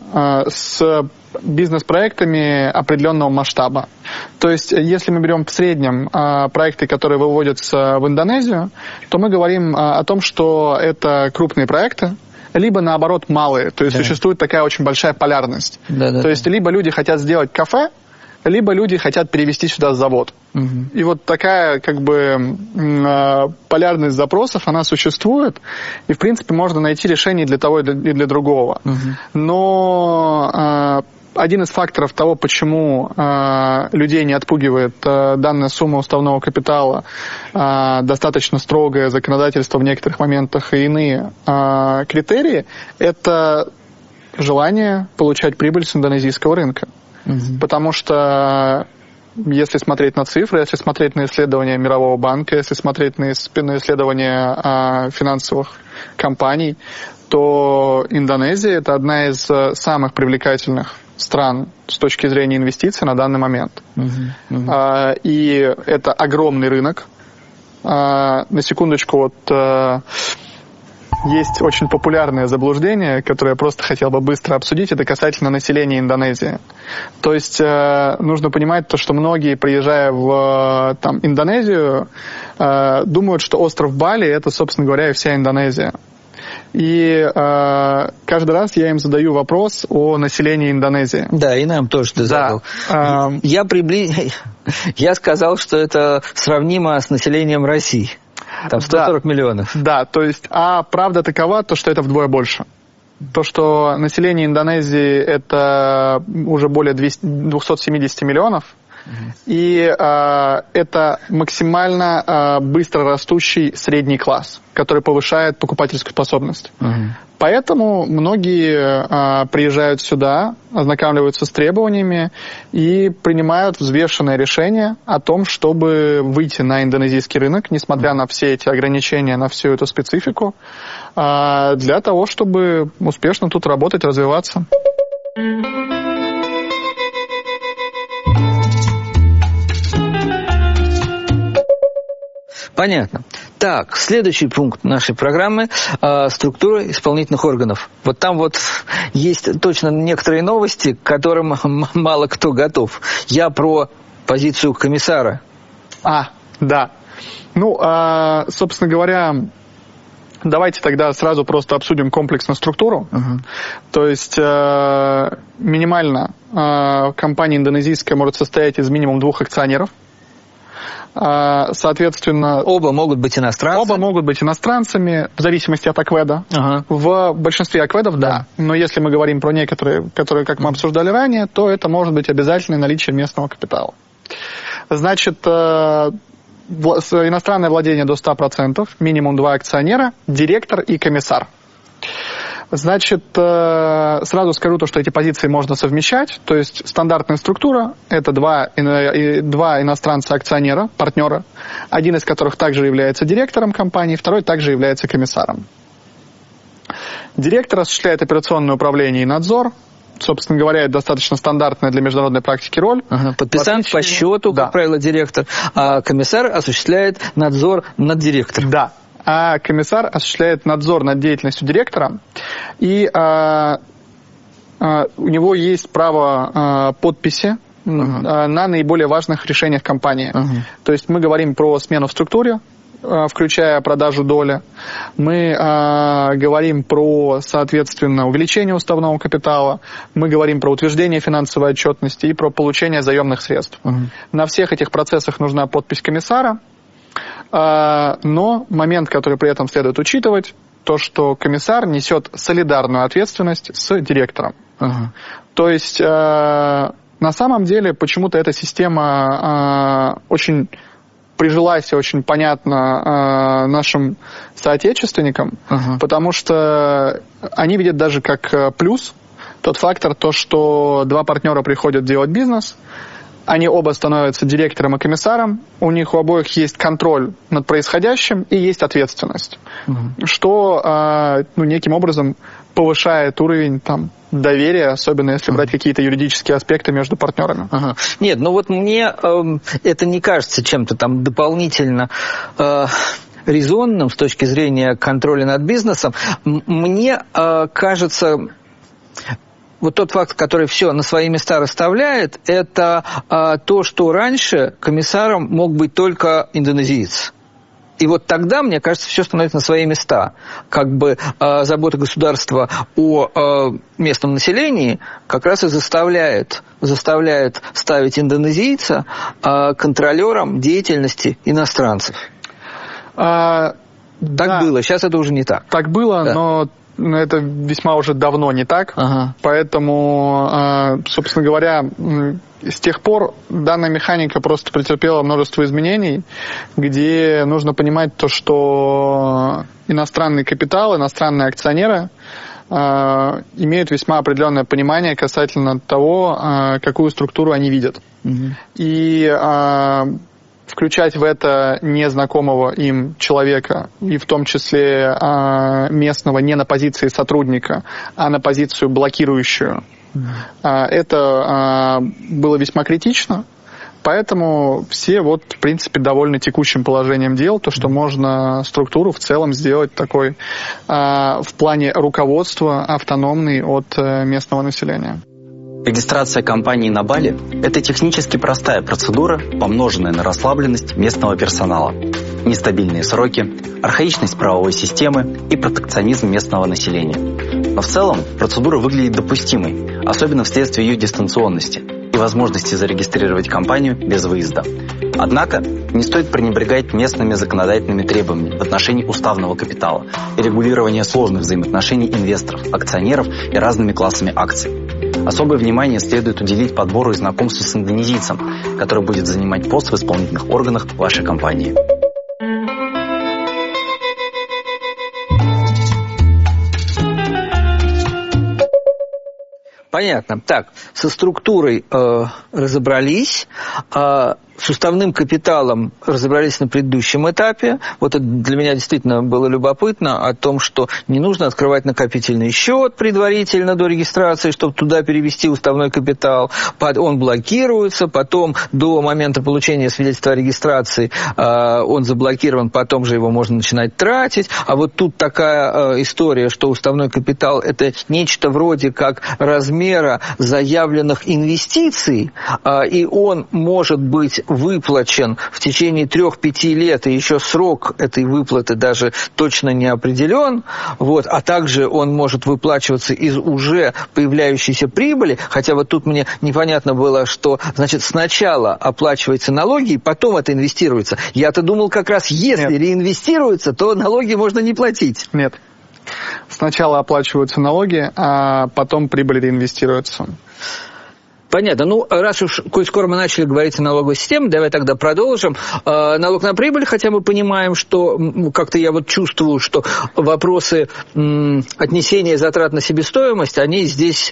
с бизнес-проектами определенного масштаба. То есть, если мы берем в среднем э, проекты, которые выводятся в Индонезию, то мы говорим э, о том, что это крупные проекты, либо, наоборот, малые. То есть, да. Существует такая очень большая полярность. Да, да, то есть, да. Либо люди хотят сделать кафе, либо люди хотят перевести сюда завод. Угу. И вот такая, как бы, э, полярность запросов, она существует, и, в принципе, можно найти решение для того и для, и для другого. Угу. Но... Э, Один из факторов того, почему э, людей не отпугивает э, данная сумма уставного капитала, э, достаточно строгое законодательство в некоторых моментах и иные э, критерии, это желание получать прибыль с индонезийского рынка. Mm-hmm. Потому что если смотреть на цифры, если смотреть на исследования Мирового банка, если смотреть на исследования э, финансовых компаний, то Индонезия – это одна из самых привлекательных стран с точки зрения инвестиций на данный момент. Uh-huh, uh-huh. А, и это огромный рынок. А, на секундочку, вот а, есть очень популярное заблуждение, которое я просто хотел бы быстро обсудить, это касательно населения Индонезии. То есть а, нужно понимать то, что многие, приезжая в там, Индонезию, а, думают, что остров Бали – это, собственно говоря, и вся Индонезия. И э, каждый раз я им задаю вопрос о населении Индонезии. Да, и нам тоже ты задал. Да. Э, я, прибли... я сказал, что это сравнимо с населением России. Там сто сорок да, миллионов. Да, то есть, а правда такова, то, что это вдвое больше. То, что население Индонезии это уже более двести семьдесят миллионов, и э, это максимально э, быстро растущий средний класс, который повышает покупательскую способность. Uh-huh. Поэтому многие э, приезжают сюда, ознакомливаются с требованиями и принимают взвешенное решение о том, чтобы выйти на индонезийский рынок, несмотря на все эти ограничения, на всю эту специфику, э, для того, чтобы успешно тут работать, развиваться. Понятно. Так, следующий пункт нашей программы э, – структура исполнительных органов. Вот там вот есть точно некоторые новости, к которым мало кто готов. Я про позицию комиссара. А, да. Ну, э, собственно говоря, давайте тогда сразу просто обсудим комплексно структуру. Uh-huh. То есть э, минимально э, компания индонезийская может состоять из минимум двух акционеров. Соответственно, оба могут быть иностранцами. Оба могут быть иностранцами, в зависимости от акведа. Ага. В большинстве акведов, да. да. Но если мы говорим про некоторые, которые, как мы обсуждали ранее, то это может быть обязательное наличие местного капитала. Значит, иностранное владение до ста процентов, минимум два акционера, директор и комиссар. Значит, сразу скажу то, что эти позиции можно совмещать. То есть стандартная структура – это два, два иностранца-акционера, партнера, один из которых также является директором компании, второй также является комиссаром. Директор осуществляет операционное управление и надзор. Собственно говоря, это достаточно стандартная для международной практики роль. Ага, подписант отличие... по счету, да. Как правило, директор, а комиссар осуществляет надзор над директором. Да. А комиссар осуществляет надзор над деятельностью директора, и а, а, у него есть право а, подписи uh-huh. а, на наиболее важных решениях компании. Uh-huh. То есть мы говорим про смену в структуре, а, включая продажу доли. Мы а, говорим про, соответственно, увеличение уставного капитала. Мы говорим про утверждение финансовой отчетности и про получение заемных средств. Uh-huh. На всех этих процессах нужна подпись комиссара. Но момент, который при этом следует учитывать, то, что комиссар несет солидарную ответственность с директором. Uh-huh. То есть, на самом деле, почему-то эта система очень прижилась и очень понятна нашим соотечественникам, uh-huh. потому что они видят даже как плюс тот фактор, то, что два партнера приходят делать бизнес, они оба становятся директором и комиссаром, у них у обоих есть контроль над происходящим и есть ответственность, угу. что э, ну, неким образом повышает уровень там, доверия, особенно если брать какие-то юридические аспекты между партнерами. Ага. Нет, ну вот мне э, это не кажется чем-то там дополнительно э, резонным с точки зрения контроля над бизнесом. Мне э, кажется... Вот тот факт, который все на свои места расставляет, это а, то, что раньше комиссаром мог быть только индонезиец. И вот тогда, мне кажется, все становится на свои места. Как бы а, забота государства о а, местном населении как раз и заставляет, заставляет ставить индонезийца а, контролером деятельности иностранцев. А, так да. было, сейчас это уже не так. Так было, да. но... это весьма уже давно не так, ага. поэтому, собственно говоря, с тех пор данная механика просто претерпела множество изменений, где нужно понимать то, что иностранный капитал, иностранные акционеры имеют весьма определенное понимание касательно того, какую структуру они видят. Угу. И включать в это незнакомого им человека, и в том числе а, местного не на позиции сотрудника, а на позицию блокирующую, mm-hmm. а, это а, было весьма критично, поэтому все вот, в принципе, довольны текущим положением дел, то, что mm-hmm. можно структуру в целом сделать такой а, в плане руководства автономной от а, местного населения. Регистрация компании на Бали – это технически простая процедура, помноженная на расслабленность местного персонала, нестабильные сроки, архаичность правовой системы и протекционизм местного населения. Но в целом процедура выглядит допустимой, особенно вследствие ее дистанционности и возможности зарегистрировать компанию без выезда. Однако не стоит пренебрегать местными законодательными требованиями в отношении уставного капитала и регулирования сложных взаимоотношений инвесторов, акционеров и разными классами акций. Особое внимание следует уделить подбору и знакомству с индонезийцем, который будет занимать пост в исполнительных органах вашей компании. Понятно. Так, со структурой э, разобрались, э, с уставным капиталом разобрались на предыдущем этапе. Вот это для меня действительно было любопытно о том, что не нужно открывать накопительный счет предварительно до регистрации, чтобы туда перевести уставной капитал. Он блокируется, потом до момента получения свидетельства о регистрации э, он заблокирован, потом же его можно начинать тратить. А вот тут такая э, история, что уставной капитал – это нечто вроде как размера заявленных инвестиций, э, и он может быть выплачен в течение трех-пяти лет, и еще срок этой выплаты даже точно не определен, вот, а также он может выплачиваться из уже появляющейся прибыли, хотя вот тут мне непонятно было, что, значит, сначала оплачиваются налоги, и потом это инвестируется. Я-то думал, как раз если Нет. реинвестируется, то налоги можно не платить. Нет. Сначала оплачиваются налоги, а потом прибыль реинвестируется. Понятно. Ну, раз уж, коль скоро мы начали говорить о налоговой системе, давай тогда продолжим. Э, налог на прибыль, хотя мы понимаем, что как-то я вот чувствую, что вопросы м, отнесения затрат на себестоимость, они здесь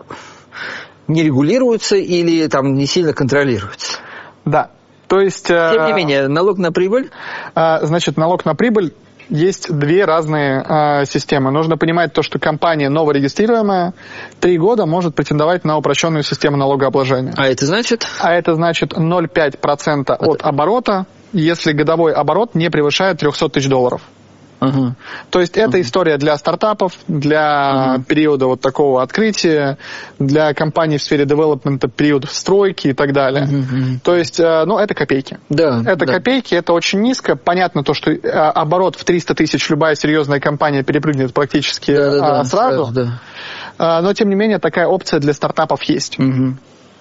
не регулируются или там не сильно контролируются. Да. То есть... Тем не менее, налог на прибыль? Значит, налог на прибыль. Есть две разные э, системы. Нужно понимать то, что компания новорегистрируемая три года может претендовать на упрощенную систему налогообложения. А это значит? А это значит ноль целых пять десятых процента от оборота, если годовой оборот не превышает триста тысяч долларов. Uh-huh. То есть это uh-huh. история для стартапов, для uh-huh. периода вот такого открытия, для компаний в сфере девелопмента, период стройки и так далее. Uh-huh. То есть, ну, это копейки. Да, это да. копейки, это очень низко. Понятно то, что оборот в триста тысяч любая серьезная компания перепрыгнет практически да, да, да, сразу. сразу да. Но, тем не менее, такая опция для стартапов есть. Uh-huh.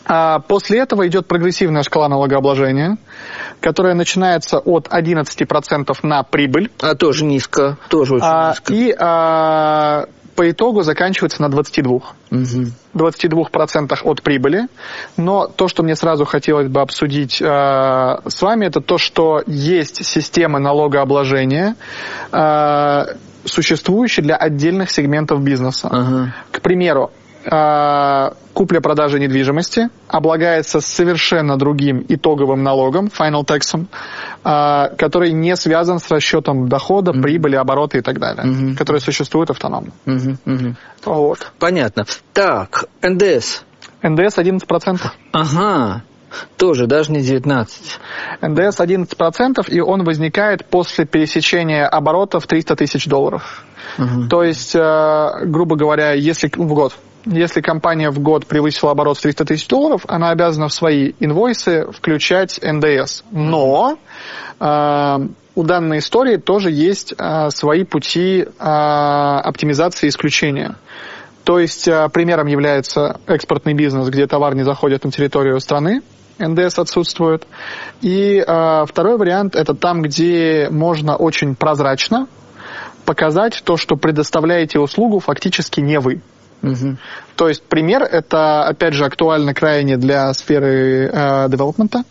А после этого идет прогрессивная шкала налогообложения, которая начинается от одиннадцати процентов на прибыль. А тоже низко, тоже очень а, низко. И а, по итогу заканчивается на двадцати двух. Угу. двадцати двух процентах от прибыли. Но то, что мне сразу хотелось бы обсудить э, с вами, это то, что есть системы налогообложения, э, существующие для отдельных сегментов бизнеса. Ага. К примеру, э, купля-продажа недвижимости облагается совершенно другим итоговым налогом, final tax, э, который не связан с расчетом дохода, mm-hmm. прибыли, оборота и так далее, mm-hmm. который существует автономно. Mm-hmm. Mm-hmm. Вот. Понятно. Так, эн дэ эс. эн дэ эс одиннадцать процентов. Ага. Тоже, даже не девятнадцать. эн дэ эс одиннадцать процентов, и он возникает после пересечения оборота в триста тысяч долларов. Uh-huh. То есть, э, грубо говоря, если в год, если компания в год превысила оборот в триста тысяч долларов, она обязана в свои инвойсы включать эн дэ эс. Но э, у данной истории тоже есть э, свои пути э, оптимизации исключения. То есть, э, примером является экспортный бизнес, где товар не заходит на территорию страны, эн дэ эс отсутствует. И э, второй вариант – это там, где можно очень прозрачно показать то, что предоставляете услугу фактически не вы. Угу. То есть пример – это, опять же, актуально крайне для сферы э, девелопмента.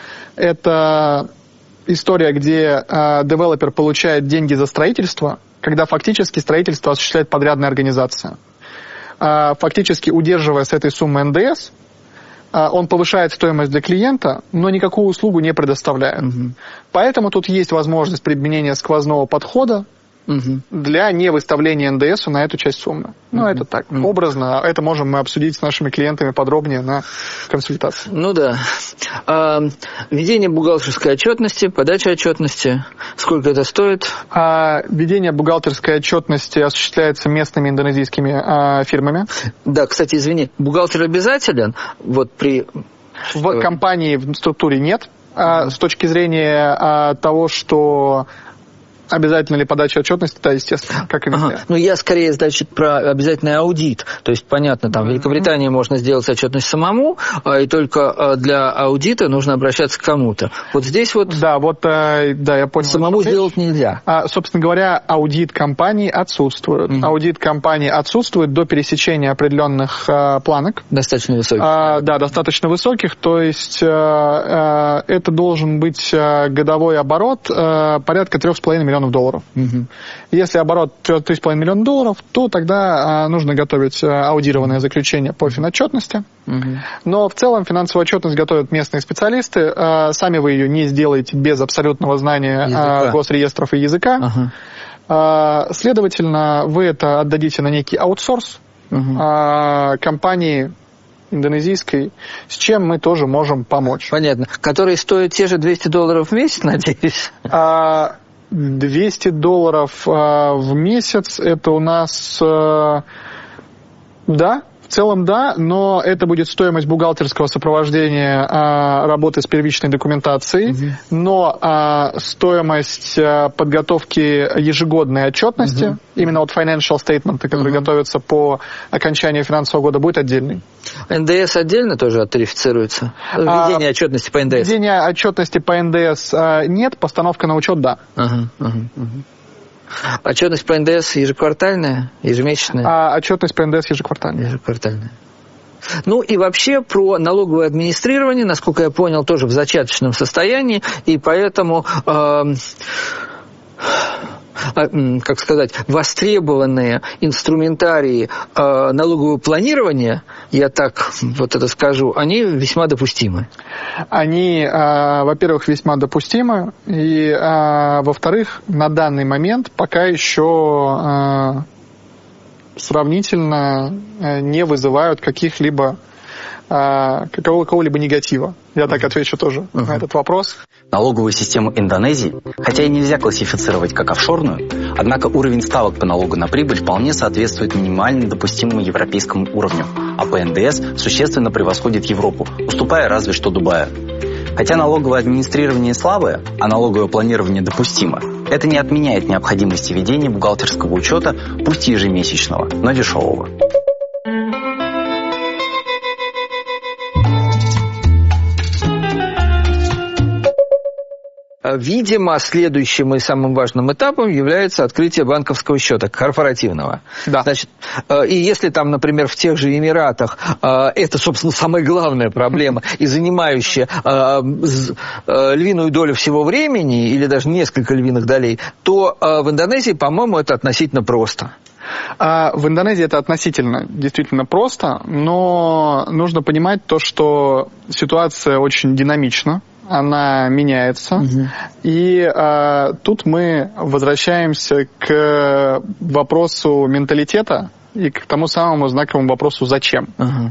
Это история, где э, девелопер получает деньги за строительство, когда фактически строительство осуществляет подрядная организация. Э, фактически удерживая с этой суммы эн дэ эс, он повышает стоимость для клиента, но никакую услугу не предоставляет. Угу. Поэтому тут есть возможность применения сквозного подхода угу. для невыставления эн дэ эс на эту часть суммы. Ну, угу. это так, угу. образно. Это можем мы обсудить с нашими клиентами подробнее на консультации. Ну да. А, ведение бухгалтерской отчетности, подача отчетности. Сколько это стоит? А, ведение бухгалтерской отчетности осуществляется местными индонезийскими а, фирмами. Да, кстати, извини, бухгалтер обязателен? Вот при... В компании, в структуре нет. А, с точки зрения а, того, что... Обязательно ли подача отчетности? Да, естественно, как и везде. Ага. Ну, я скорее, значит, про обязательный аудит. То есть, понятно, там в Великобритании mm-hmm. можно сделать отчетность самому, и только для аудита нужно обращаться к кому-то. Вот здесь вот... Да, вот, да, я понял. Самому сделать нельзя. А, собственно говоря, аудит компании отсутствует. Mm-hmm. Аудит компании отсутствует до пересечения определенных а, планок. Достаточно высоких. А, да, достаточно высоких. То есть, а, а, это должен быть а, годовой оборот а, порядка трех с половиной миллионов долларов. Угу. Если оборот три с половиной миллиона долларов, то тогда а, нужно готовить а, аудированное заключение по финотчетности. Угу. Но в целом финансовую отчетность готовят местные специалисты. А, сами вы ее не сделаете без абсолютного знания а, госреестров и языка. Ага. А, следовательно, вы это отдадите на некий аутсорс угу. а, компании индонезийской, с чем мы тоже можем помочь. Понятно. Которые стоят те же двести долларов в месяц, надеюсь? А, двести долларов а, в месяц, это у нас, а, да, в целом да, но это будет стоимость бухгалтерского сопровождения а, работы с первичной документацией, угу. но а, стоимость а, подготовки ежегодной отчетности, угу. именно вот financial statement, которые угу. готовятся по окончанию финансового года, будет отдельный. эн дэ эс отдельно тоже оттарифицируется? Введение а, отчетности по эн дэ эс? Введение отчетности по эн дэ эс а, нет, постановка на учет да. Ага, ага, ага. Отчетность по эн дэ эс ежеквартальная, ежемесячная? А отчетность по эн дэ эс ежеквартальная. Ежеквартальная. Ну и вообще про налоговое администрирование, насколько я понял, тоже в зачаточном состоянии, и поэтому... Э, как сказать, востребованные инструментарии э, налогового планирования, я так вот это скажу, они весьма допустимы. Они, э, во-первых, весьма допустимы, и, э, во-вторых, на данный момент пока еще э, сравнительно э, не вызывают каких-либо какого-либо негатива. Я так отвечу тоже uh-huh. на этот вопрос. Налоговую систему Индонезии, хотя и нельзя классифицировать как офшорную, однако уровень ставок по налогу на прибыль вполне соответствует минимально допустимому европейскому уровню, а по эн дэ эс существенно превосходит Европу, уступая разве что Дубаю. Хотя налоговое администрирование слабое, а налоговое планирование допустимо, это не отменяет необходимости ведения бухгалтерского учета, пусть и ежемесячного, но дешевого. видимо, следующим и самым важным этапом является открытие банковского счета корпоративного. Да. Значит, и если там, например, в тех же Эмиратах это, собственно, самая главная проблема и занимающая львиную долю всего времени, или даже несколько львиных долей, то в Индонезии, по-моему, это относительно просто. А в Индонезии это относительно действительно просто, но нужно понимать то, что ситуация очень динамична, она меняется, угу. и а, тут мы возвращаемся к вопросу менталитета и к тому самому знаковому вопросу «зачем?». Угу.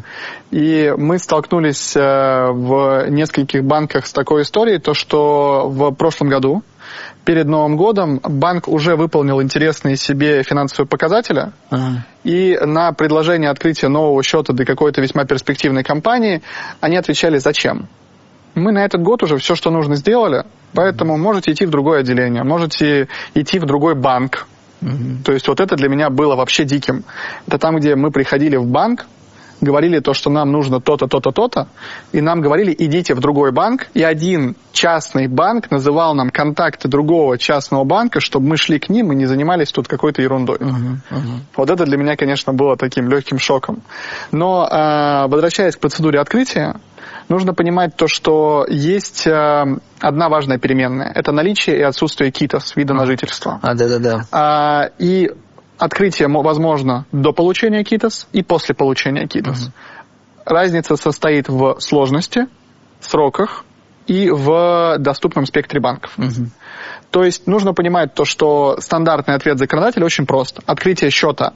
И мы столкнулись а, в нескольких банках с такой историей, то что в прошлом году перед Новым годом банк уже выполнил интересные себе финансовые показатели, ага. и на предложение открытия нового счета для какой-то весьма перспективной компании они отвечали «зачем?». Мы на этот год уже все, что нужно, сделали, поэтому можете идти в другое отделение, можете идти в другой банк. Mm-hmm. То есть вот это для меня было вообще диким. Это там, где мы приходили в банк, говорили то, что нам нужно то-то, то-то, то-то, и нам говорили, идите в другой банк, и один частный банк называл нам контакты другого частного банка, чтобы мы шли к ним и не занимались тут какой-то ерундой. Uh-huh, uh-huh. Вот это для меня, конечно, было таким легким шоком. Но, э, возвращаясь к процедуре открытия, нужно понимать то, что есть э, одна важная переменная. Это наличие и отсутствие КИТОС, вида на жительство. А, да-да-да. А, и открытие возможно до получения КИТОС и после получения КИТОС. Uh-huh. Разница состоит в сложности, сроках и в доступном спектре банков. Uh-huh. То есть нужно понимать то, что стандартный ответ законодателя очень прост. Открытие счета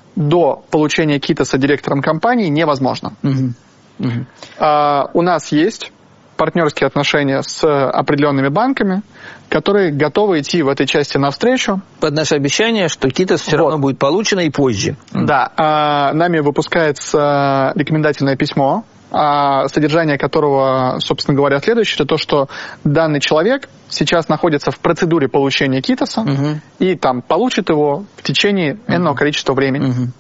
до получения КИТОСа директором компании невозможно. Uh-huh. Uh-huh. А, у нас есть партнерские отношения с определенными банками, которые готовы идти в этой части навстречу. Под наше обещание, что КИТОС все вот. равно будет получено и позже. Да. А, нами выпускается рекомендательное письмо, а, содержание которого, собственно говоря, следующее, это то, что данный человек сейчас находится в процедуре получения КИТОСа, угу. и там получит его в течение угу. энного количества времени. Угу.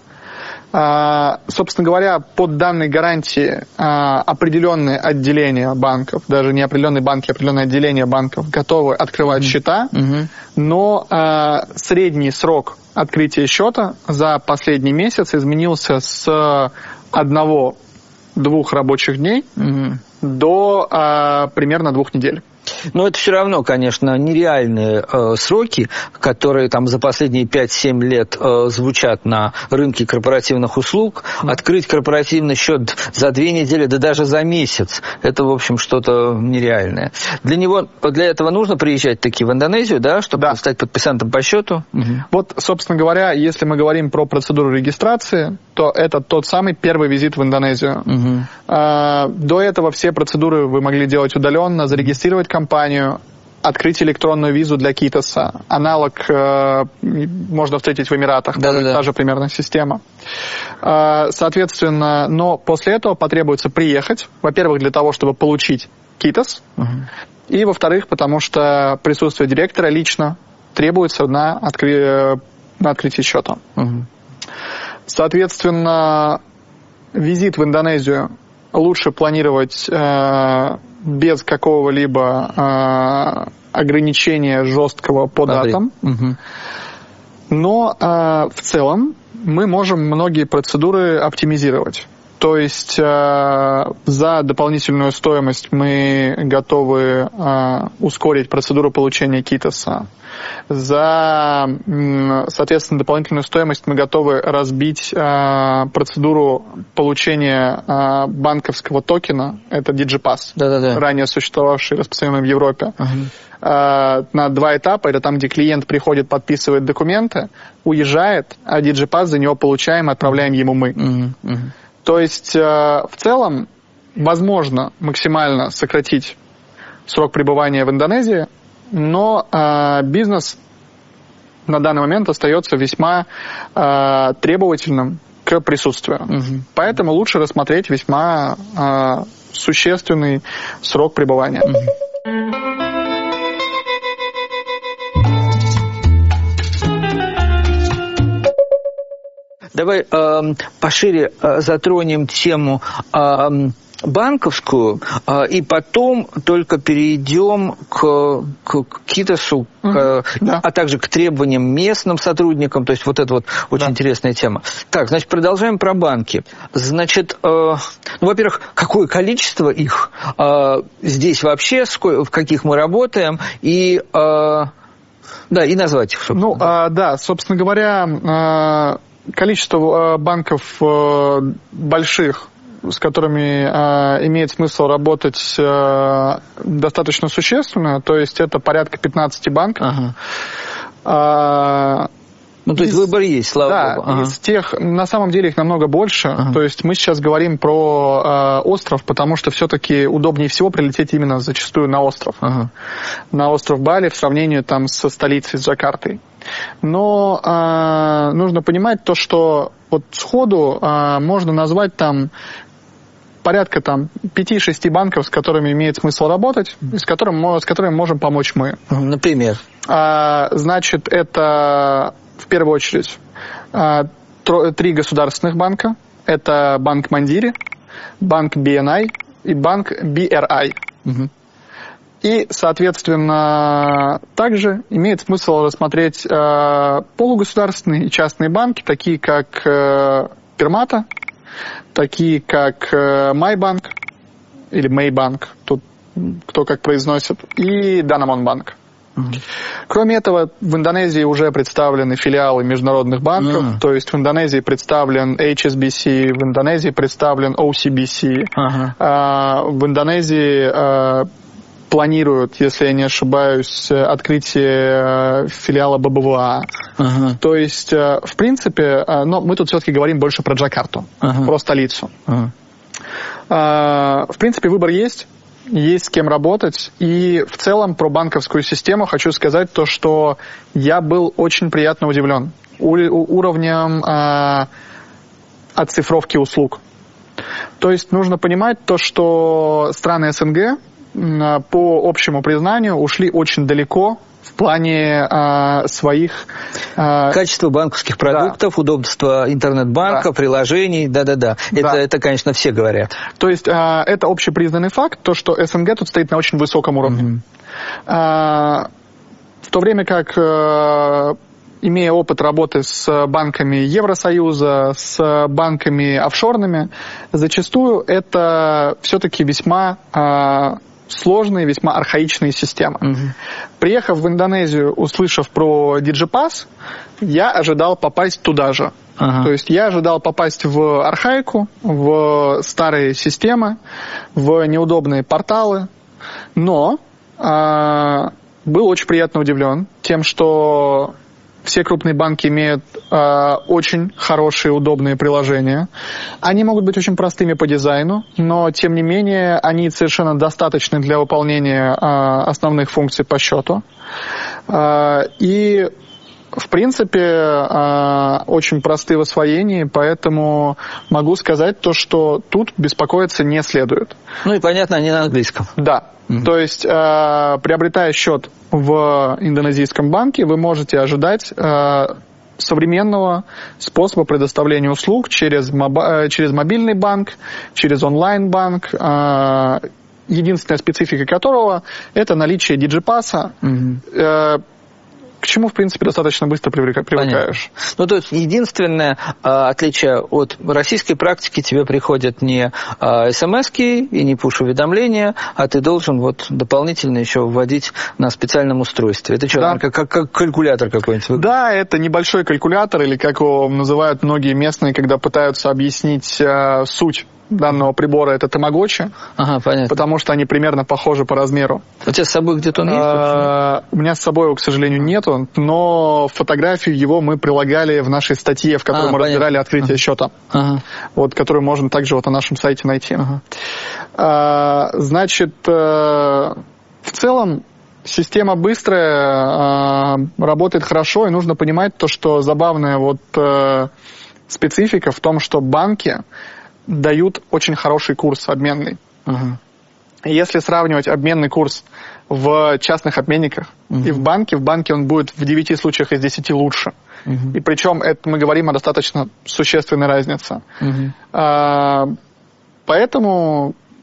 Uh, собственно говоря, под данной гарантией uh, определенные отделения банков, даже не определенные банки, а определенные отделения банков готовы открывать mm-hmm. счета, mm-hmm. но uh, средний срок открытия счета за последний месяц изменился с одного-двух рабочих дней mm-hmm. до uh, примерно двух недель. Но это все равно, конечно, нереальные э, сроки, которые там за последние пять-семь лет э, звучат на рынке корпоративных услуг. Mm. Открыть корпоративный счет за две недели, да даже за месяц, это, в общем, что-то нереальное. Для него, для этого нужно приезжать таки в Индонезию, да, чтобы да. стать подписантом по счету? Mm-hmm. Вот, собственно говоря, если мы говорим про процедуру регистрации, то это тот самый первый визит в Индонезию. Mm-hmm. А, до этого все процедуры вы могли делать удаленно, зарегистрировать компанию, открыть электронную визу для КИТОСа. Аналог э, можно встретить в Эмиратах, Да-да-да. та же примерно система. Э, соответственно, но после этого потребуется приехать, во-первых, для того, чтобы получить КИТОС, угу. и, во-вторых, потому что присутствие директора лично требуется на, откры... на открытие счета. Угу. Соответственно, визит в Индонезию лучше планировать э, без какого-либо э, ограничения жесткого по датам. Угу. Но э, в целом мы можем многие процедуры оптимизировать. То есть э, за дополнительную стоимость мы готовы э, ускорить процедуру получения КИТОСа. За, соответственно, дополнительную стоимость мы готовы разбить э, процедуру получения э, банковского токена, это DigiPass, Да-да-да. ранее существовавший, распространенный в Европе, uh-huh. э, на два этапа. Это там, где клиент приходит, подписывает документы, уезжает, а DigiPass за него получаем и отправляем ему мы. Uh-huh. Uh-huh. То есть э, в целом возможно максимально сократить срок пребывания в Индонезии, но э, бизнес на данный момент остается весьма э, требовательным к присутствию. Угу. Поэтому лучше рассмотреть весьма э, существенный срок пребывания. Угу. Давай э, пошире э, затронем тему э, банковскую, и потом только перейдем к, к, к КИТОСу, mm-hmm. к, да. а также к требованиям местным сотрудникам. То есть вот это вот очень да. интересная тема. Так, значит, продолжаем про банки. Значит, э, ну, во-первых, какое количество их э, здесь вообще, в каких мы работаем, и... Э, да, и назвать их, собственно. Ну, а, да, собственно говоря, количество банков больших, с которыми а, имеет смысл работать, а, достаточно существенно, то есть это порядка пятнадцати банков. Ага. А, ну, то есть из, выбор есть, слава да, богу. Ага. Из тех, на самом деле их намного больше, ага. то есть мы сейчас говорим про а, остров, потому что все-таки удобнее всего прилететь именно зачастую на остров. Ага. На остров Бали в сравнении там со столицей, с Джакартой. Но а, нужно понимать то, что вот сходу а, можно назвать там порядка там пяти-шести банков, с которыми имеет смысл работать, и с, которым, с которыми можем помочь мы. Например? А, значит, это в первую очередь а, тро, три государственных банка. Это банк Мандири, банк би эн ай и банк би эр ай. Угу. И, соответственно, также имеет смысл рассмотреть э, полугосударственные и частные банки, такие как э, Пермата, такие как э, Майбанк или Мэйбанк, тут кто как произносит, и Данамон-банк. Mm-hmm. Кроме этого, в Индонезии уже представлены филиалы международных банков, mm-hmm. то есть в Индонезии представлен эйч эс би си, в Индонезии представлен о си би си, uh-huh. а, в Индонезии а, планируют, если я не ошибаюсь, открытие филиала бэ бэ вэ а. Uh-huh. То есть, в принципе, но мы тут все-таки говорим больше про Джакарту, uh-huh. про столицу. Uh-huh. В принципе, выбор есть, есть с кем работать. И в целом про банковскую систему хочу сказать то, что я был очень приятно удивлен уровнем оцифровки услуг. То есть нужно понимать то, что страны эс эн гэ по общему признанию ушли очень далеко в плане э, своих... Э, Качество банковских продуктов, да. удобство интернет-банка, да. приложений, да-да-да. Это, да. это, конечно, все говорят. То есть э, это общепризнанный факт, то, что эс эн гэ тут стоит на очень высоком уровне. Mm-hmm. Э, в то время как... Э, имея опыт работы с банками Евросоюза, с банками офшорными, зачастую это все-таки весьма э, сложные, весьма архаичные системы. Угу. Приехав в Индонезию, услышав про Диджипас, я ожидал попасть туда же. Ага. То есть я ожидал попасть в архаику, в старые системы, в неудобные порталы, но э, был очень приятно удивлен тем, что все крупные банки имеют э, очень хорошие, удобные приложения. Они могут быть очень простыми по дизайну, но, тем не менее, они совершенно достаточны для выполнения э, основных функций по счету. Э, и, в принципе, э, очень просты в освоении, поэтому могу сказать то, что тут беспокоиться не следует. Ну и, понятно, они на английском. Да. Mm-hmm. То есть, э, приобретая счет в индонезийском банке, вы можете ожидать э, современного способа предоставления услуг через, моби- через мобильный банк, через онлайн-банк, э, единственная специфика которого – это наличие диджипаса, mm-hmm. э, к чему, в принципе, достаточно быстро привыка- привыкаешь. Понятно. Ну, то есть, единственное а, отличие от российской практики, тебе приходят не а, смс-ки и не пуш-уведомления, а ты должен вот дополнительно еще вводить на специальном устройстве. Это что, да. как, как, как калькулятор какой-нибудь? Да, это небольшой калькулятор, или как его называют многие местные, когда пытаются объяснить а, суть данного прибора, это тамагочи, ага, понятно. Потому что они примерно похожи по размеру. У тебя с собой где-то он есть? А, у меня с собой его, к сожалению, нету, но фотографию его мы прилагали в нашей статье, в которой а, мы понятно. разбирали открытие ага. счета, ага. вот, которую можно также вот на нашем сайте найти. Ага. А, значит, в целом система быстрая, работает хорошо, и нужно понимать то, что забавная вот специфика в том, что банки дают очень хороший курс обменный. Uh-huh. Если сравнивать обменный курс в частных обменниках uh-huh. и в банке, в банке он будет в девяти случаях из десяти лучше. Uh-huh. И причем это мы говорим о достаточно существенной разнице. Uh-huh. А, поэтому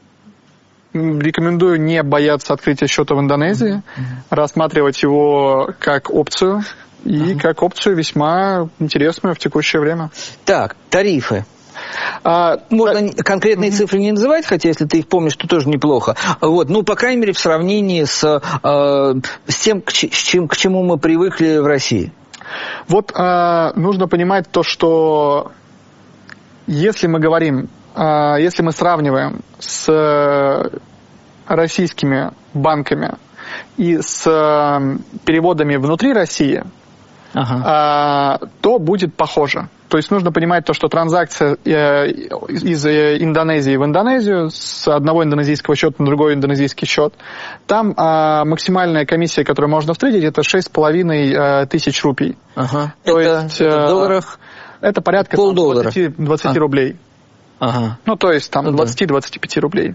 рекомендую не бояться открытия счета в Индонезии, mm-hmm. рассматривать его как опцию, и mm-hmm. как опцию весьма интересную в текущее время. Так, тарифы. А, Можно да. конкретные mm-hmm. цифры не называть, хотя если ты их помнишь, то тоже неплохо. Вот, ну, по крайней мере, в сравнении с, э, с тем, к, чем, к чему мы привыкли в России. Вот э, нужно понимать то, что если мы говорим, э, если мы сравниваем с э, российскими банками и с э, переводами внутри России, ага. э, то будет похоже. То есть нужно понимать то, что транзакция э, из э, Индонезии в Индонезию с одного индонезийского счета на другой индонезийский счет, там э, максимальная комиссия, которую можно встретить, это шесть с половиной э, тысяч рупий. Ага. То это, есть, это в долларах? Это порядка двадцать а. рублей. Ага. Ну, то есть там двадцать-двадцать пять рублей.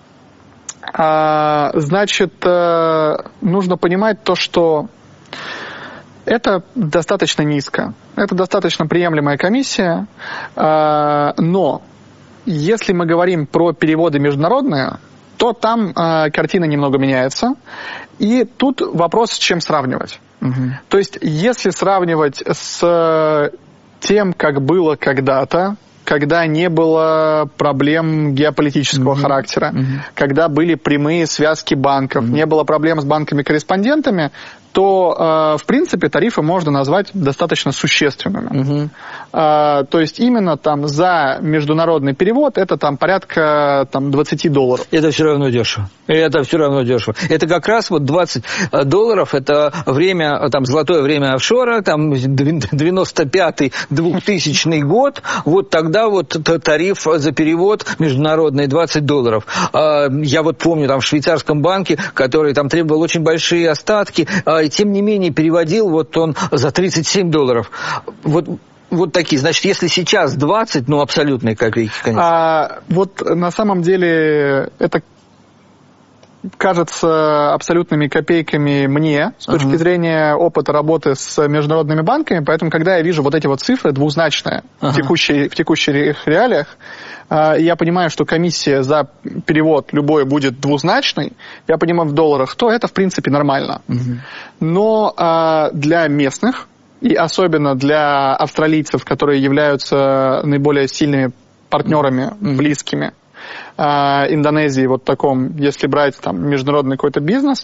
А, значит, э, нужно понимать то, что это достаточно низко. Это достаточно приемлемая комиссия. Э, но если мы говорим про переводы международные, то там э, картина немного меняется. И тут вопрос, с чем сравнивать. Угу. То есть, если сравнивать с тем, как было когда-то, когда не было проблем геополитического mm-hmm. характера, mm-hmm. когда были прямые связки банков, mm-hmm. не было проблем с банками-корреспондентами, то, э, в принципе, тарифы можно назвать достаточно существенными. Mm-hmm. Э, то есть именно там за международный перевод это там порядка там, двадцать долларов. Это все равно дешево. Это все равно дешево. Это как раз вот двадцать долларов, это время, там, золотое время офшора, там, девяносто пятый двухтысячный год, вот тогда вот тариф за перевод международный двадцать долларов. Я вот помню, там, в швейцарском банке, который там требовал очень большие остатки, и тем не менее переводил вот он за тридцать семь долларов. Вот, вот такие. Значит, если сейчас двадцать, ну, абсолютные копейки, конечно. А, вот на самом деле это кажется абсолютными копейками мне с точки uh-huh. зрения опыта работы с международными банками, поэтому, когда я вижу вот эти вот цифры двузначные uh-huh. в, текущей, в текущих реалиях, я понимаю, что комиссия за перевод любой будет двузначной, я понимаю в долларах, то это, в принципе, нормально. Uh-huh. Но а, для местных, и особенно для австралийцев, которые являются наиболее сильными партнерами, uh-huh. близкими, Индонезии, вот таком, если брать там международный какой-то бизнес,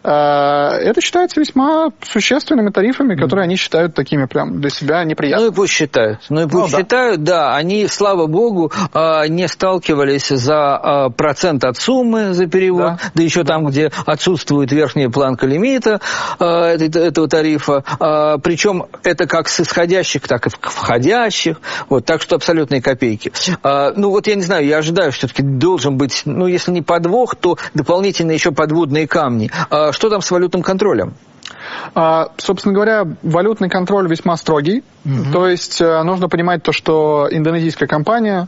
это считается весьма существенными тарифами, которые mm. они считают такими прям для себя неприятными. Ну и пусть считают. Ну и пусть ну, считают, да. да. Они, слава богу, не сталкивались за процент от суммы за перевод, да, да еще там, где отсутствует верхняя планка лимита этого тарифа. Причем это как с исходящих, так и входящих. Вот, так что абсолютные копейки. Ну вот я не знаю, я ожидаю, что все-таки должен быть, ну, если не подвох, то дополнительно еще подводные камни. А что там с валютным контролем? А, собственно говоря, валютный контроль весьма строгий. Mm-hmm. То есть нужно понимать то, что индонезийская компания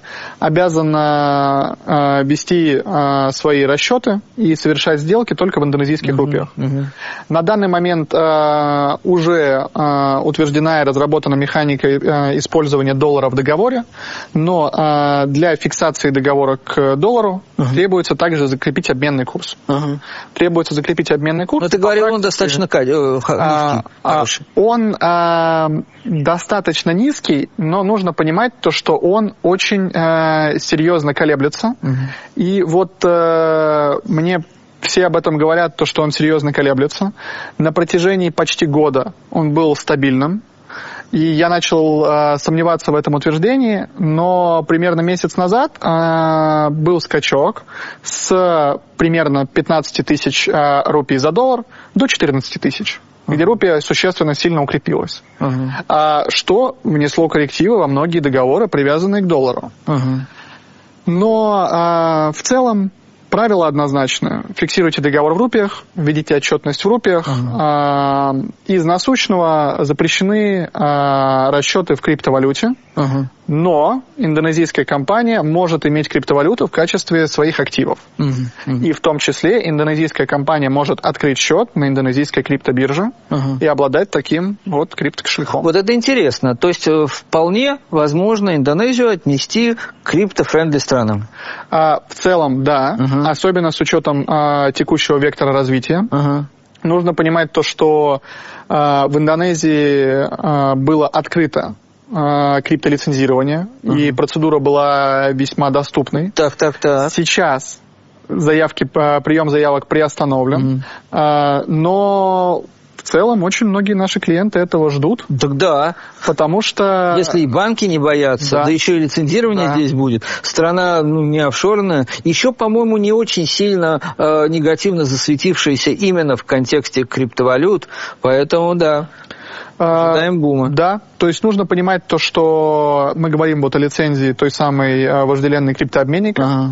обязана а, вести а, свои расчеты и совершать сделки только в индонезийских mm-hmm. рупиях. Mm-hmm. На данный момент а, уже а, утверждена и разработана механика а, использования доллара в договоре, но а, для фиксации договора к доллару mm-hmm. требуется также закрепить обменный курс. Mm-hmm. Требуется закрепить обменный курс. Но ты говорил, он достаточно а, хороший. Он а, достаточно низкий, но нужно понимать то, что он очень э, серьезно колеблется. Угу. И вот э, мне все об этом говорят, то, что он серьезно колеблется. На протяжении почти года он был стабильным. И я начал э, сомневаться в этом утверждении, но примерно месяц назад э, был скачок с примерно пятнадцать тысяч э, рупий за доллар до четырнадцать тысяч. Где рупия существенно сильно укрепилась. Uh-huh. А, что внесло коррективы во многие договоры, привязанные к доллару. Uh-huh. Но а, в целом правило однозначное. Фиксируйте договор в рупиях, введите отчетность в рупиях. Uh-huh. А, из насущного запрещены а, расчеты в криптовалюте. Uh-huh. Но индонезийская компания может иметь криптовалюту в качестве своих активов. Uh-huh. Uh-huh. И в том числе индонезийская компания может открыть счет на индонезийской криптобирже uh-huh. и обладать таким вот криптокошельком. Вот это интересно. То есть вполне возможно Индонезию отнести к крипто-френдли странам. А, в целом, да. Uh-huh. uh-huh. особенно с учетом э, текущего вектора развития. Uh-huh. Нужно понимать то, что э, в Индонезии э, было открыто э, криптолицензирование, uh-huh. и процедура была весьма доступной. Так, так, так. Сейчас заявки, прием заявок приостановлен, mm. но в целом очень многие наши клиенты этого ждут. Так да. Потому что... Если и банки не боятся, да, да еще и лицензирование да. здесь будет. Страна ну, не офшорная. Еще, по-моему, не очень сильно э, негативно засветившаяся именно в контексте криптовалют. Поэтому да. Ожидаем бума. Да, то есть нужно понимать то, что мы говорим вот о лицензии той самой вожделенной криптообменника, ага.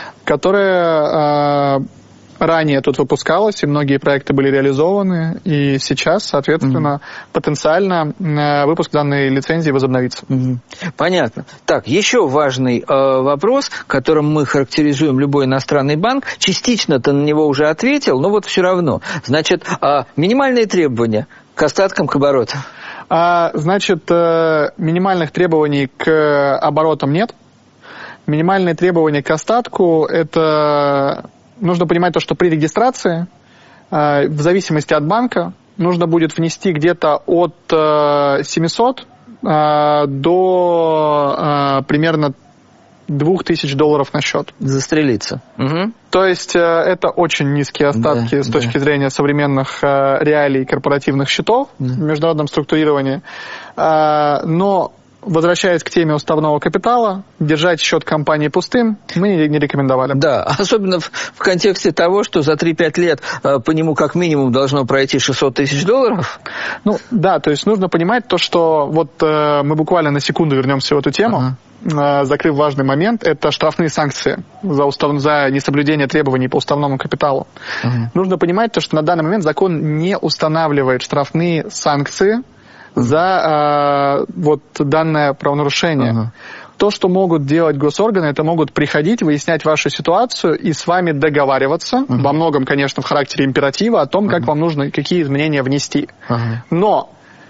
которая э, ранее тут выпускалась, и многие проекты были реализованы, и сейчас, соответственно, mm-hmm. потенциально э, выпуск данной лицензии возобновится. Mm-hmm. Понятно. Так, еще важный э, вопрос, которым мы характеризуем любой иностранный банк. Частично ты на него уже ответил, но вот все равно. Значит, э, минимальные требования к остаткам, к обороту? А, значит, э, минимальных требований к оборотам нет. Минимальные требования к остатку – это нужно понимать то, что при регистрации, э, в зависимости от банка, нужно будет внести где-то от э, семисот э, до э, примерно двух тысяч долларов на счет. Застрелиться. Угу. То есть э, это очень низкие остатки да, с точки да. зрения современных э, реалий корпоративных счетов да. в международном структурировании. Э, но, возвращаясь к теме уставного капитала, держать счет компании пустым мы не рекомендовали. Да, особенно в, в контексте того, что за три-пять лет э, по нему как минимум должно пройти шестьсот тысяч долларов. Ну да, то есть нужно понимать то, что вот э, мы буквально на секунду вернемся в эту тему. Ага. Закрыв важный момент, это штрафные санкции за, устав... за несоблюдение требований по уставному капиталу. Uh-huh. Нужно понимать, то, что на данный момент закон не устанавливает штрафные санкции uh-huh. за э, вот данное правонарушение. Uh-huh. То, что могут делать госорганы, это могут приходить, выяснять вашу ситуацию и с вами договариваться, uh-huh. во многом, конечно, в характере императива, о том, uh-huh. как вам нужно, какие изменения внести. Uh-huh. Но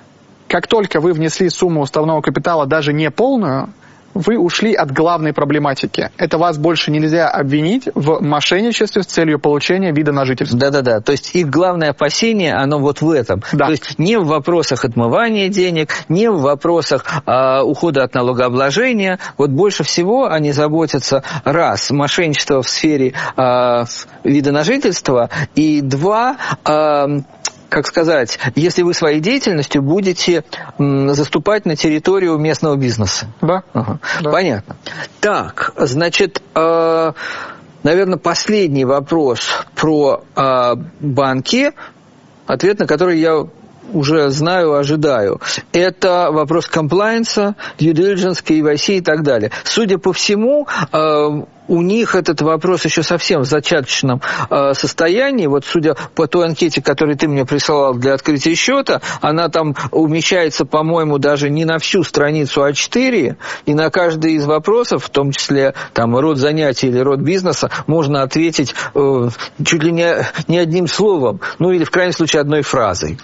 как только вы внесли сумму уставного капитала, даже не полную, вы ушли от главной проблематики. Это вас больше нельзя обвинить в мошенничестве с целью получения вида на жительство. Да-да-да. То есть их главное опасение, оно вот в этом. Да. То есть не в вопросах отмывания денег, не в вопросах э, ухода от налогообложения. Вот больше всего они заботятся, раз, мошенничество в сфере э, вида на жительство, и два... Э, как сказать, если вы своей деятельностью будете м, заступать на территорию местного бизнеса. Да. Ага. Да. Понятно. Так, значит, э, наверное, последний вопрос про э, банки, ответ на который я уже знаю, ожидаю. Это вопрос комплайенса, due diligence, кей вай си и так далее. Судя по всему, э, у них этот вопрос еще совсем в зачаточном э, состоянии. Вот судя по той анкете, которую ты мне присылал для открытия счета, она там умещается, по-моему, даже не на всю страницу а четыре, и на каждый из вопросов, в том числе там род занятий или род бизнеса, можно ответить э, чуть ли не, не одним словом, ну или в крайнем случае одной фразой.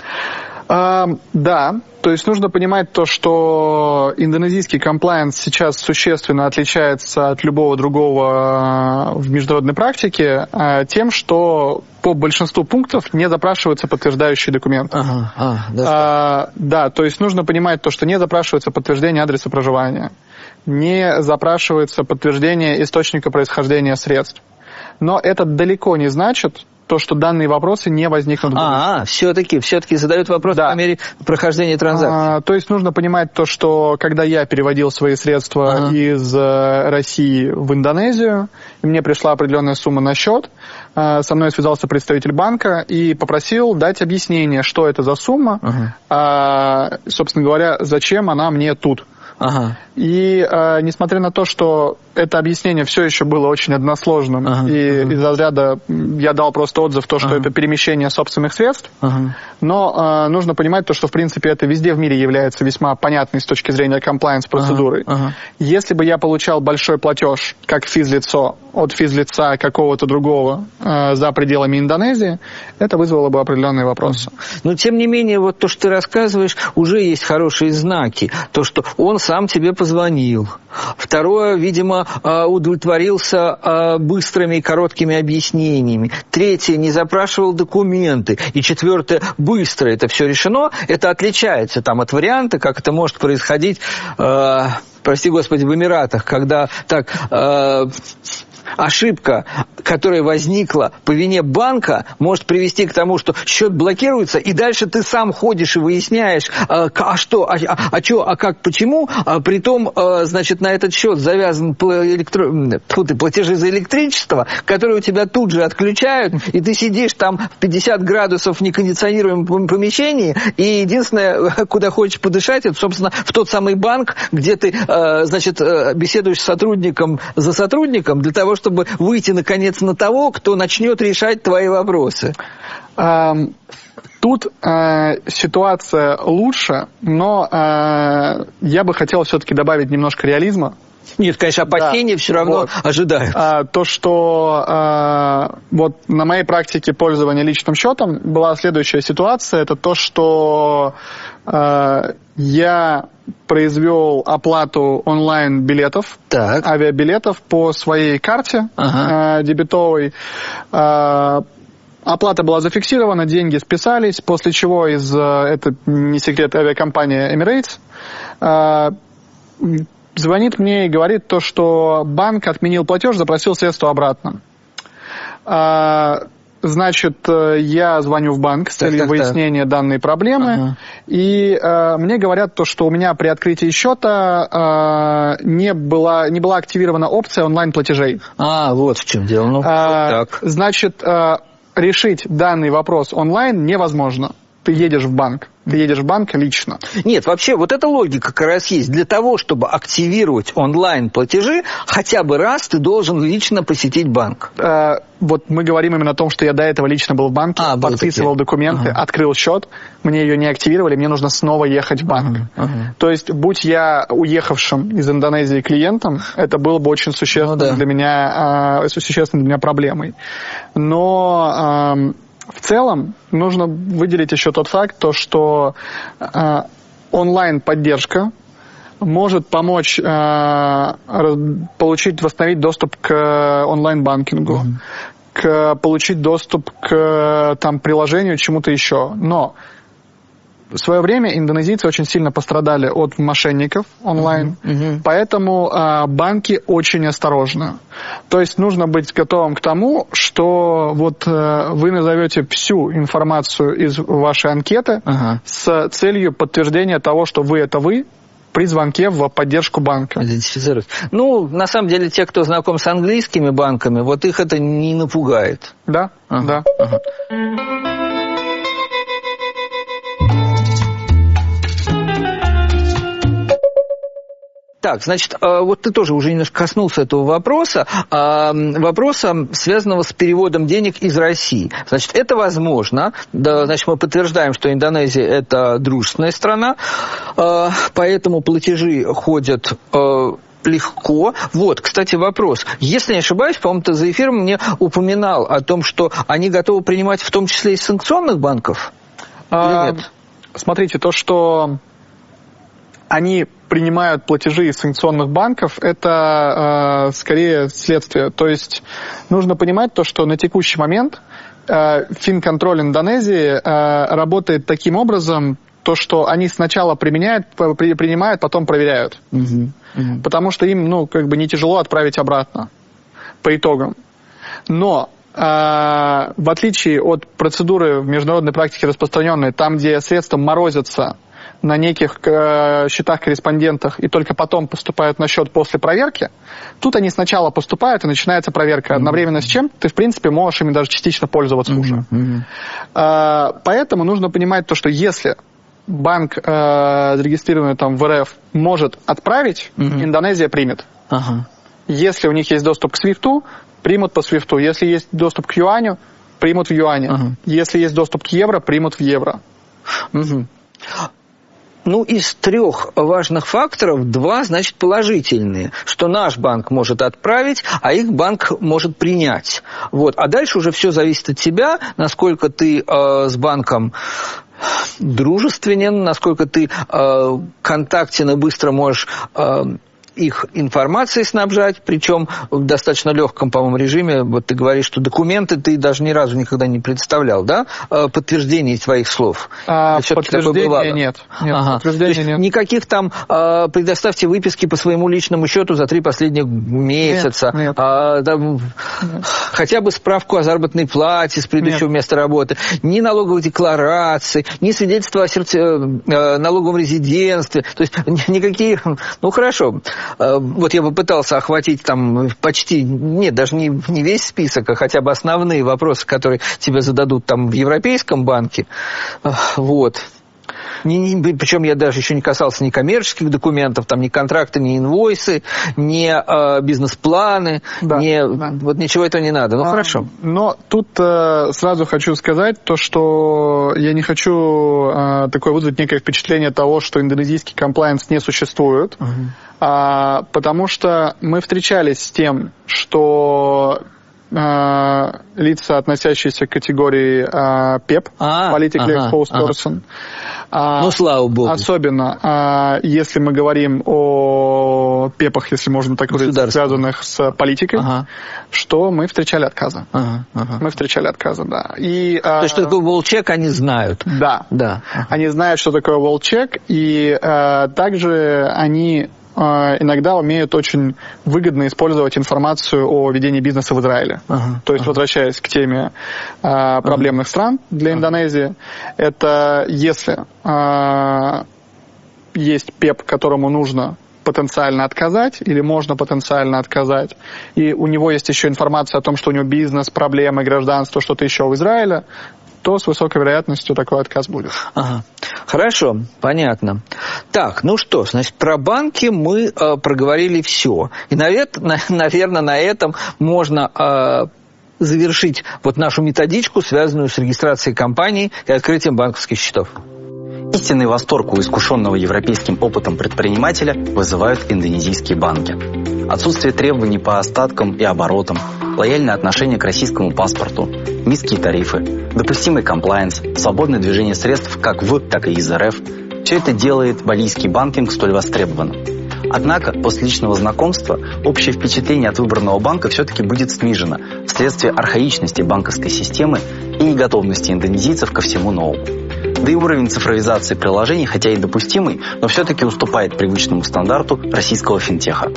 А, да, то есть нужно понимать то, что индонезийский комплайенс сейчас существенно отличается от любого другого в международной практике тем, что по большинству пунктов не запрашиваются подтверждающие документы. Ага, а, да, а, да, то есть нужно понимать то, что не запрашивается подтверждение адреса проживания, не запрашивается подтверждение источника происхождения средств. Но это далеко не значит то, что данные вопросы не возникнут в будущем. А, все-таки, все-таки задают вопрос да. по мере прохождения транзакции. А, то есть нужно понимать то, что когда я переводил свои средства ага. из России в Индонезию, и мне пришла определенная сумма на счет, со мной связался представитель банка и попросил дать объяснение, что это за сумма, ага. а, собственно говоря, зачем она мне тут. Ага. И э, несмотря на то, что это объяснение все еще было очень односложным, ага. и ага. из разряда я дал просто отзыв, то, что ага. это перемещение собственных средств, ага. но э, нужно понимать то, что в принципе это везде в мире является весьма понятной с точки зрения комплайенс-процедурой. Ага. Ага. Если бы я получал большой платеж, как физлицо, от физлица какого-то другого э, за пределами Индонезии, это вызвало бы определенные вопросы. Но тем не менее, вот то, что ты рассказываешь, уже есть хорошие знаки. То, что он сам тебе позвонил. Второе, видимо, э, удовлетворился э, быстрыми и короткими объяснениями. Третье, не запрашивал документы. И четвертое, быстро это все решено. Это отличается там от варианта, как это может происходить, э, прости господи, в Эмиратах, когда так... Э, ошибка, которая возникла по вине банка, может привести к тому, что счет блокируется, и дальше ты сам ходишь и выясняешь, а, а что, а, а, а что, а как, почему, а притом, а, значит, на этот счет завязан электро... платежи за электричество, которые у тебя тут же отключают, и ты сидишь там в пятьдесят градусов в некондиционируемом помещении, и единственное, куда хочешь подышать, это, собственно, в тот самый банк, где ты, а, значит, беседуешь с сотрудником за сотрудником для того, чтобы выйти, наконец, на того, кто начнет решать твои вопросы. Тут э, ситуация лучше, но э, я бы хотел все-таки добавить немножко реализма. Нет, конечно, опасения да, все равно вот. ожидают. А, то, что а, вот на моей практике пользования личным счетом была следующая ситуация, это то, что а, я произвел оплату онлайн-билетов, так. авиабилетов по своей карте ага. а, дебетовой. А, оплата была зафиксирована, деньги списались, после чего из, это не секрет, авиакомпания Emirates, а, звонит мне и говорит то, что банк отменил платеж, запросил средства обратно. А, значит, я звоню в банк с целью так, так, выяснения так. данной проблемы, ага. и а, мне говорят то, что у меня при открытии счета а, не, была, не была активирована опция онлайн-платежей. А, вот в чем дело. Ну, а, вот так. Значит, а, решить данный вопрос онлайн невозможно. Ты едешь в банк. Ты едешь в банк лично. Нет, вообще, вот эта логика как раз есть. Для того, чтобы активировать онлайн-платежи, хотя бы раз ты должен лично посетить банк. Э, вот мы говорим именно о том, что я до этого лично был в банке, а, подписывал такие. документы, ага. открыл счет, мне ее не активировали, мне нужно снова ехать в банк. Ага. Ага. То есть, будь я уехавшим из Индонезии клиентом, это было бы очень существенно, ну, да. для, меня, э, существенно для меня проблемой. Но... Э, В целом, нужно выделить еще тот факт, то, что э, онлайн-поддержка может помочь э, получить, восстановить доступ к онлайн-банкингу, mm-hmm. к получить доступ к там, приложению, чему-то еще. Но в свое время индонезийцы очень сильно пострадали от мошенников онлайн, uh-huh, uh-huh. поэтому а, банки очень осторожны. То есть нужно быть готовым к тому, что вот а, вы назовете всю информацию из вашей анкеты uh-huh. с целью подтверждения того, что вы это вы, при звонке в поддержку банка. Идентифицировать. Ну, на самом деле, те, кто знаком с английскими банками, вот их это не напугает. Да, uh-huh. да. Uh-huh. Так, значит, вот ты тоже уже немножко коснулся этого вопроса, вопроса, связанного с переводом денег из России. Значит, это возможно. Да, значит, мы подтверждаем, что Индонезия – это дружественная страна, поэтому платежи ходят легко. Вот, кстати, вопрос. Если не ошибаюсь, по-моему, ты за эфиром мне упоминал о том, что они готовы принимать в том числе и санкционных банков? А, или нет? Смотрите, то, что они принимают платежи из санкционных банков, это э, скорее следствие. То есть нужно понимать то, что на текущий момент э, финконтроль Индонезии э, работает таким образом, то, что они сначала применяют, при, принимают, потом проверяют. Угу. Угу. Потому что им, ну, как бы не тяжело отправить обратно по итогам. Но э, в отличие от процедуры в международной практике распространенной, там, где средства морозятся на неких э, счетах-корреспондентах и только потом поступают на счет после проверки, тут они сначала поступают и начинается проверка. Mm-hmm. Одновременно с чем ты, в принципе, можешь ими даже частично пользоваться mm-hmm. уже. Mm-hmm. Э, поэтому нужно понимать то, что если банк, э, зарегистрированный там в эр эф, может отправить, mm-hmm. Индонезия примет. Uh-huh. Если у них есть доступ к свифту, примут по свифту. Если есть доступ к юаню, примут в юане. Uh-huh. Если есть доступ к евро, примут в евро. Uh-huh. Ну, из трех важных факторов два, значит, положительные, что наш банк может отправить, а их банк может принять. Вот. А дальше уже все зависит от тебя, насколько ты э, с банком дружественен, насколько ты э, контактен и быстро можешь э, их информацией снабжать, причем в достаточно легком, по-моему, режиме. Вот ты говоришь, что документы ты даже ни разу никогда не представлял, да? Подтверждение твоих слов. А, подтверждения нет. Нет, ага. подтверждения нет. Никаких там а, предоставьте выписки по своему личному счету за три последних месяца. Нет, нет. А, там, нет. Хотя бы справку о заработной плате с предыдущего нет. места работы. Ни налоговой декларации, ни свидетельства о серти... налоговом резидентстве. То есть никакие... Ну, хорошо. Вот я попытался охватить там почти... Нет, даже не, не весь список, а хотя бы основные вопросы, которые тебе зададут там в Европейском банке. Вот. Не, не, причем я даже еще не касался ни коммерческих документов, там, ни контракты, ни инвойсы, ни э, бизнес-планы, да, ни, да. Вот ничего этого не надо. Ну, а, хорошо. Но тут э, сразу хочу сказать то, что я не хочу э, такое вызвать некое впечатление того, что индонезийский комплаенс не существует, угу. а, потому что мы встречались с тем, что... лица, относящиеся к категории а, пи и пи, а, Politically ага, Exposed ага. Person. А, ну, слава богу. Особенно, а, если мы говорим о пи и пи-ах, если можно так говорить, связанных с политикой, ага. что мы встречали отказы. Ага, ага. Мы встречали отказы, да. И, То есть, что такое волчек, они знают. Да. да. Они знают, что такое волчек, и а, также они... иногда умеют очень выгодно использовать информацию о ведении бизнеса в Израиле. Ага, То есть, ага. возвращаясь к теме а, проблемных ага. стран для Индонезии, это если а, есть пи и пи, которому нужно потенциально отказать, или можно потенциально отказать, и у него есть еще информация о том, что у него бизнес, проблемы, гражданство, что-то еще в Израиле, то с высокой вероятностью такой отказ будет. Ага. Хорошо, понятно. Так, ну что, значит, про банки мы э, проговорили все. И, наверное, наверное, на этом можно э, завершить вот нашу методичку, связанную с регистрацией компаний и открытием банковских счетов. Истинный восторг у искушенного европейским опытом предпринимателя вызывают индонезийские банки. Отсутствие требований по остаткам и оборотам, лояльное отношение к российскому паспорту, низкие тарифы, допустимый комплаенс, свободное движение средств как в, так и из эр эф – все это делает балийский банкинг столь востребованным. Однако, после личного знакомства, общее впечатление от выбранного банка все-таки будет снижено вследствие архаичности банковской системы и неготовности индонезийцев ко всему новому. Да и уровень цифровизации приложений, хотя и допустимый, но все-таки уступает привычному стандарту российского финтеха.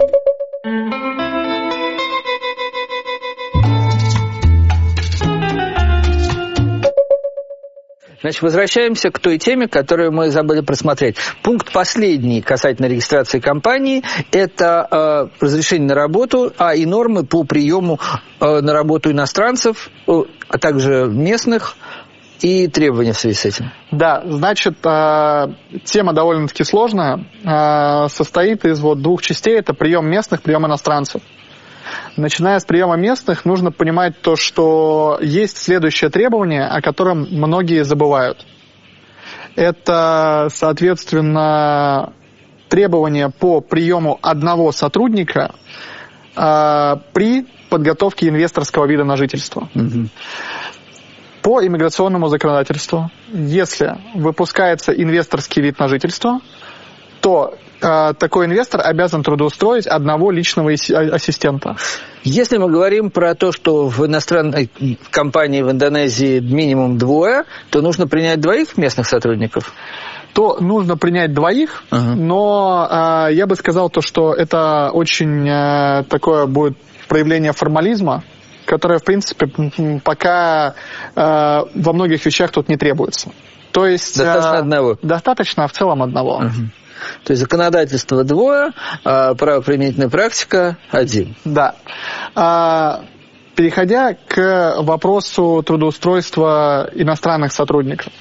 Значит, возвращаемся к той теме, которую мы забыли просмотреть. Пункт последний касательно регистрации компании – это э, разрешение на работу, а и нормы по приему э, на работу иностранцев, э, а также местных, и требования в связи с этим. Да, значит, э, тема довольно-таки сложная, э, состоит из вот двух частей – это прием местных, прием иностранцев. Начиная с приема местных, нужно понимать то, что есть следующее требование, о котором многие забывают. Это, соответственно, требование по приему одного сотрудника э, при подготовке инвесторского вида на жительство. Угу. По иммиграционному законодательству, если выпускается инвесторский вид на жительство, то э, такой инвестор обязан трудоустроить одного личного ассистента. Если мы говорим про то, что в иностранной компании в Индонезии минимум двое, то нужно принять двоих местных сотрудников? То нужно принять двоих, uh-huh. но э, я бы сказал то, что это очень э, такое будет проявление формализма, которое, в принципе, пока э, во многих вещах тут не требуется. То есть, достаточно э, одного? Достаточно в целом одного. Uh-huh. То есть законодательство двое, а правоприменительная практика один. Да. А, переходя к вопросу трудоустройства иностранных сотрудников.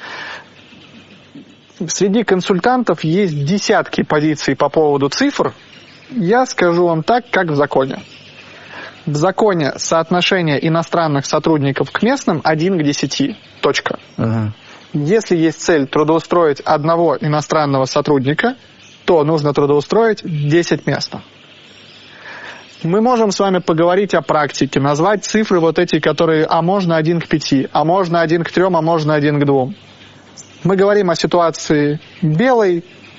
Среди консультантов есть десятки позиций по поводу цифр. Я скажу вам так, как в законе. В законе соотношение иностранных сотрудников к местным один к десяти. Точка. Uh-huh. Если есть цель трудоустроить одного иностранного сотрудника, то нужно трудоустроить десять мест. Мы можем с вами поговорить о практике, назвать цифры вот эти, которые, а можно один к пяти, а можно один к трем, а можно один к двум. Мы говорим о ситуации белой,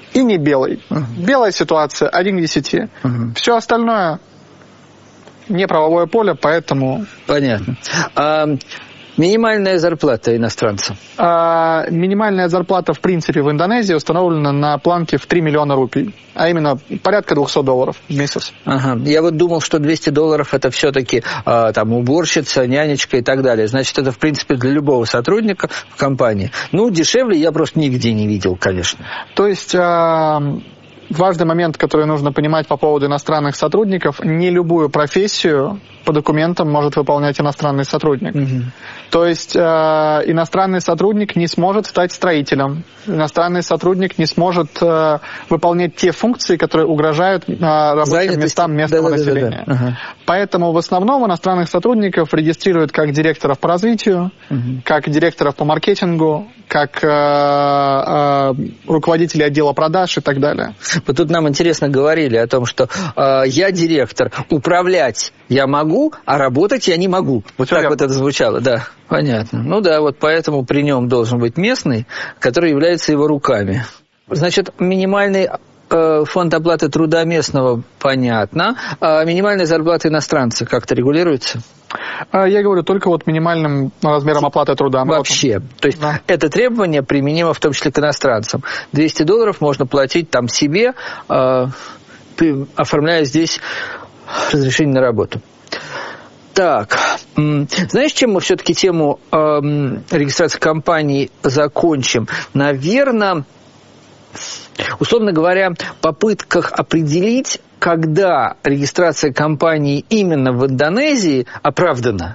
и не белый. Uh-huh. Белая ситуация один к десяти. Uh-huh. Все остальное не правовое поле, поэтому... Понятно. А минимальная зарплата иностранца? А, минимальная зарплата, в принципе, в Индонезии установлена на планке в три миллиона рупий, а именно порядка двести долларов в месяц. Ага. Я вот думал, что двести долларов это все-таки а, там уборщица, нянечка и так далее. Значит, это, в принципе, для любого сотрудника в компании. Ну, дешевле я просто нигде не видел, конечно. То есть... А... Важный момент, который нужно понимать по поводу иностранных сотрудников, не любую профессию по документам может выполнять иностранный сотрудник. Mm-hmm. То есть э, иностранный сотрудник не сможет стать строителем, иностранный сотрудник не сможет э, выполнять те функции, которые угрожают э, рабочим Занятости. местам местного да, населения. Да, да, да. Uh-huh. Поэтому в основном иностранных сотрудников регистрируют как директоров по развитию, uh-huh. как директоров по маркетингу, как э, э, руководителей отдела продаж и так далее. Вот тут нам интересно говорили о том, что э, я директор, управлять я могу, а работать я не могу. Вот так вот это звучало, да. Понятно. Ну да, вот поэтому при нем должен быть местный, который является его руками. Значит, минимальный э, фонд оплаты труда местного, понятно. А минимальная зарплата иностранца как-то регулируется? Я говорю только вот минимальным размером оплаты труда. Вообще. То есть да. Это требование применимо в том числе к иностранцам. двести долларов можно платить там себе, э, оформляя здесь разрешение на работу. Так, знаешь, чем мы все-таки тему э, регистрации компаний закончим? Наверное, условно говоря, в попытках определить, когда регистрация компании именно в Индонезии оправдана.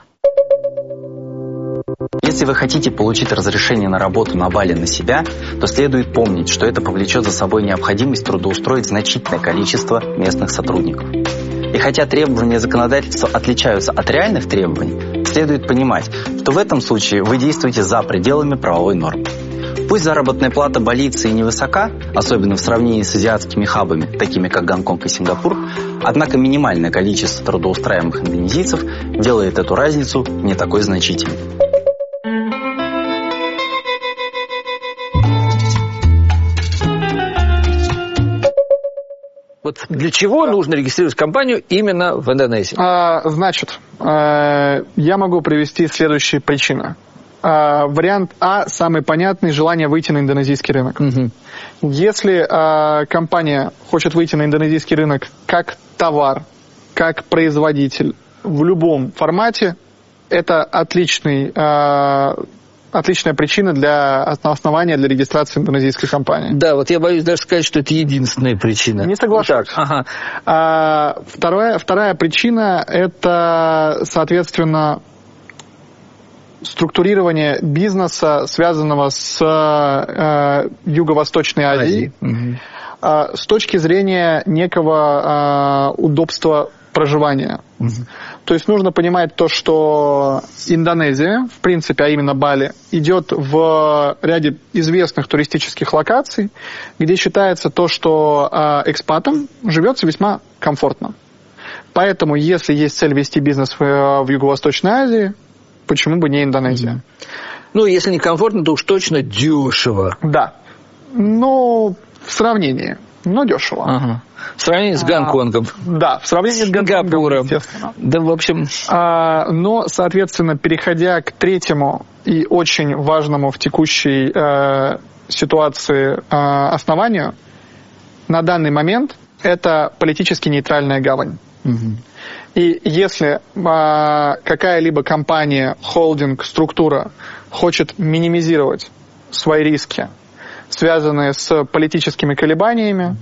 Если вы хотите получить разрешение на работу на Бали на себя, то следует помнить, что это повлечет за собой необходимость трудоустроить значительное количество местных сотрудников. И хотя требования законодательства отличаются от реальных требований, следует понимать, что в этом случае вы действуете за пределами правовой нормы. Пусть заработная плата балийца и невысока, особенно в сравнении с азиатскими хабами, такими как Гонконг и Сингапур, однако минимальное количество трудоустраиваемых индонезийцев делает эту разницу не такой значительной. Вот для чего нужно регистрировать компанию именно в Индонезии? А, значит, э, я могу привести следующие причины. А, вариант А, самый понятный, желание выйти на индонезийский рынок. Угу. Если а, компания хочет выйти на индонезийский рынок как товар, как производитель в любом формате, это отличный... А, Отличная причина для основания для регистрации индонезийской компании. Да, вот я боюсь даже сказать, что это единственная причина. Не соглашусь. Ага. А, вторая, вторая причина – это, соответственно, структурирование бизнеса, связанного с э, Юго-Восточной Азией, угу. а, с точки зрения некого а, удобства проживания. Угу. То есть нужно понимать то, что Индонезия, в принципе, а именно Бали, идет в ряде известных туристических локаций, где считается то, что э, экспатам живется весьма комфортно. Поэтому, если есть цель вести бизнес в, в Юго-Восточной Азии, почему бы не Индонезия? Ну, если не комфортно, то уж точно дешево. Да. Ну, в сравнении. Но дешево. Ага. В сравнении с Гонконгом. А, да, в сравнении с Гонконгом, естественно. Да, в общем... А, но, соответственно, переходя к третьему и очень важному в текущей э, ситуации э, основанию, на данный момент это политически нейтральная гавань. Угу. И если э, какая-либо компания, холдинг, структура хочет минимизировать свои риски, связанные с политическими колебаниями,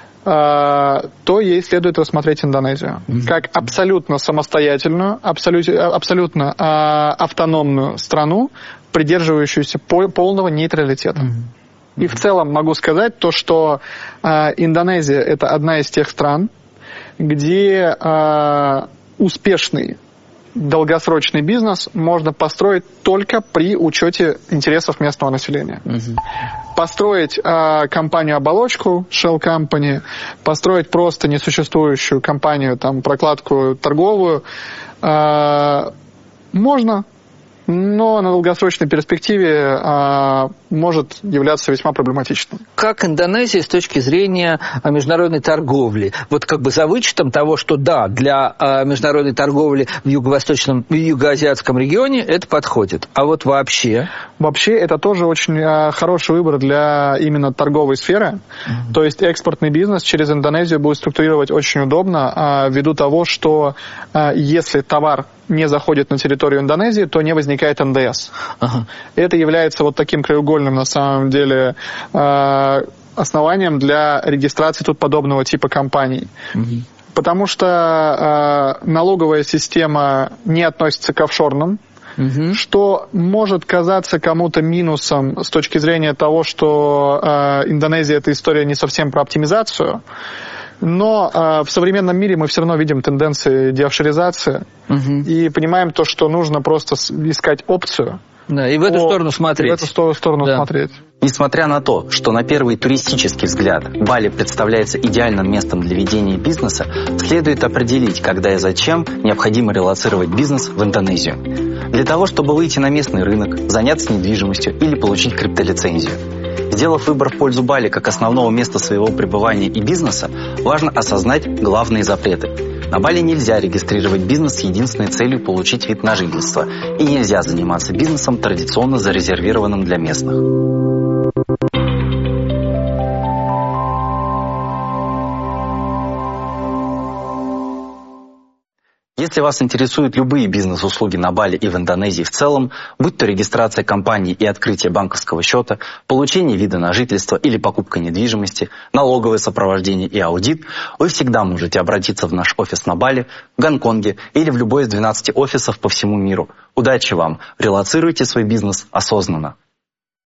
то ей следует рассмотреть Индонезию mm-hmm. как абсолютно самостоятельную, абсолют, абсолютно э, автономную страну, придерживающуюся по, полного нейтралитета. Mm-hmm. И в целом могу сказать то, что э, Индонезия – это одна из тех стран, где э, успешный долгосрочный бизнес можно построить только при учете интересов местного населения. Uh-huh. Построить э, компанию-оболочку, shell company, построить просто несуществующую компанию, там, прокладку торговую, э, можно, но на долгосрочной перспективе а, может являться весьма проблематичным. Как Индонезия с точки зрения международной торговли? Вот как бы за вычетом того, что да, для а, международной торговли в юго-восточном, в юго-азиатском регионе это подходит. А вот вообще? Вообще это тоже очень а, хороший выбор для именно торговой сферы. Mm-hmm. То есть экспортный бизнес через Индонезию будет структурировать очень удобно, а, ввиду того, что а, если товар не заходит на территорию Индонезии, то не возникает эн дэ эс. Ага. Это является вот таким краеугольным, на самом деле, основанием для регистрации тут подобного типа компаний. Угу. Потому что налоговая система не относится к офшорным, угу. что может казаться кому-то минусом с точки зрения того, что Индонезия – это история не совсем про оптимизацию. Но э, в современном мире мы все равно видим тенденции деофшоризации угу. и понимаем то, что нужно просто искать опцию. Да, и в эту по, сторону смотреть. В эту сто, сторону да. смотреть. Несмотря на то, что на первый туристический взгляд Бали представляется идеальным местом для ведения бизнеса, следует определить, когда и зачем необходимо релоцировать бизнес в Индонезию. Для того, чтобы выйти на местный рынок, заняться недвижимостью или получить криптолицензию. Сделав выбор в пользу Бали как основного места своего пребывания и бизнеса, важно осознать главные запреты. На Бали нельзя регистрировать бизнес с единственной целью получить вид на жительство, и нельзя заниматься бизнесом, традиционно зарезервированным для местных. Если вас интересуют любые бизнес-услуги на Бали и в Индонезии в целом, будь то регистрация компании и открытие банковского счета, получение вида на жительство или покупка недвижимости, налоговое сопровождение и аудит, вы всегда можете обратиться в наш офис на Бали, в Гонконге или в любой из двенадцати офисов по всему миру. Удачи вам! Релоцируйте свой бизнес осознанно.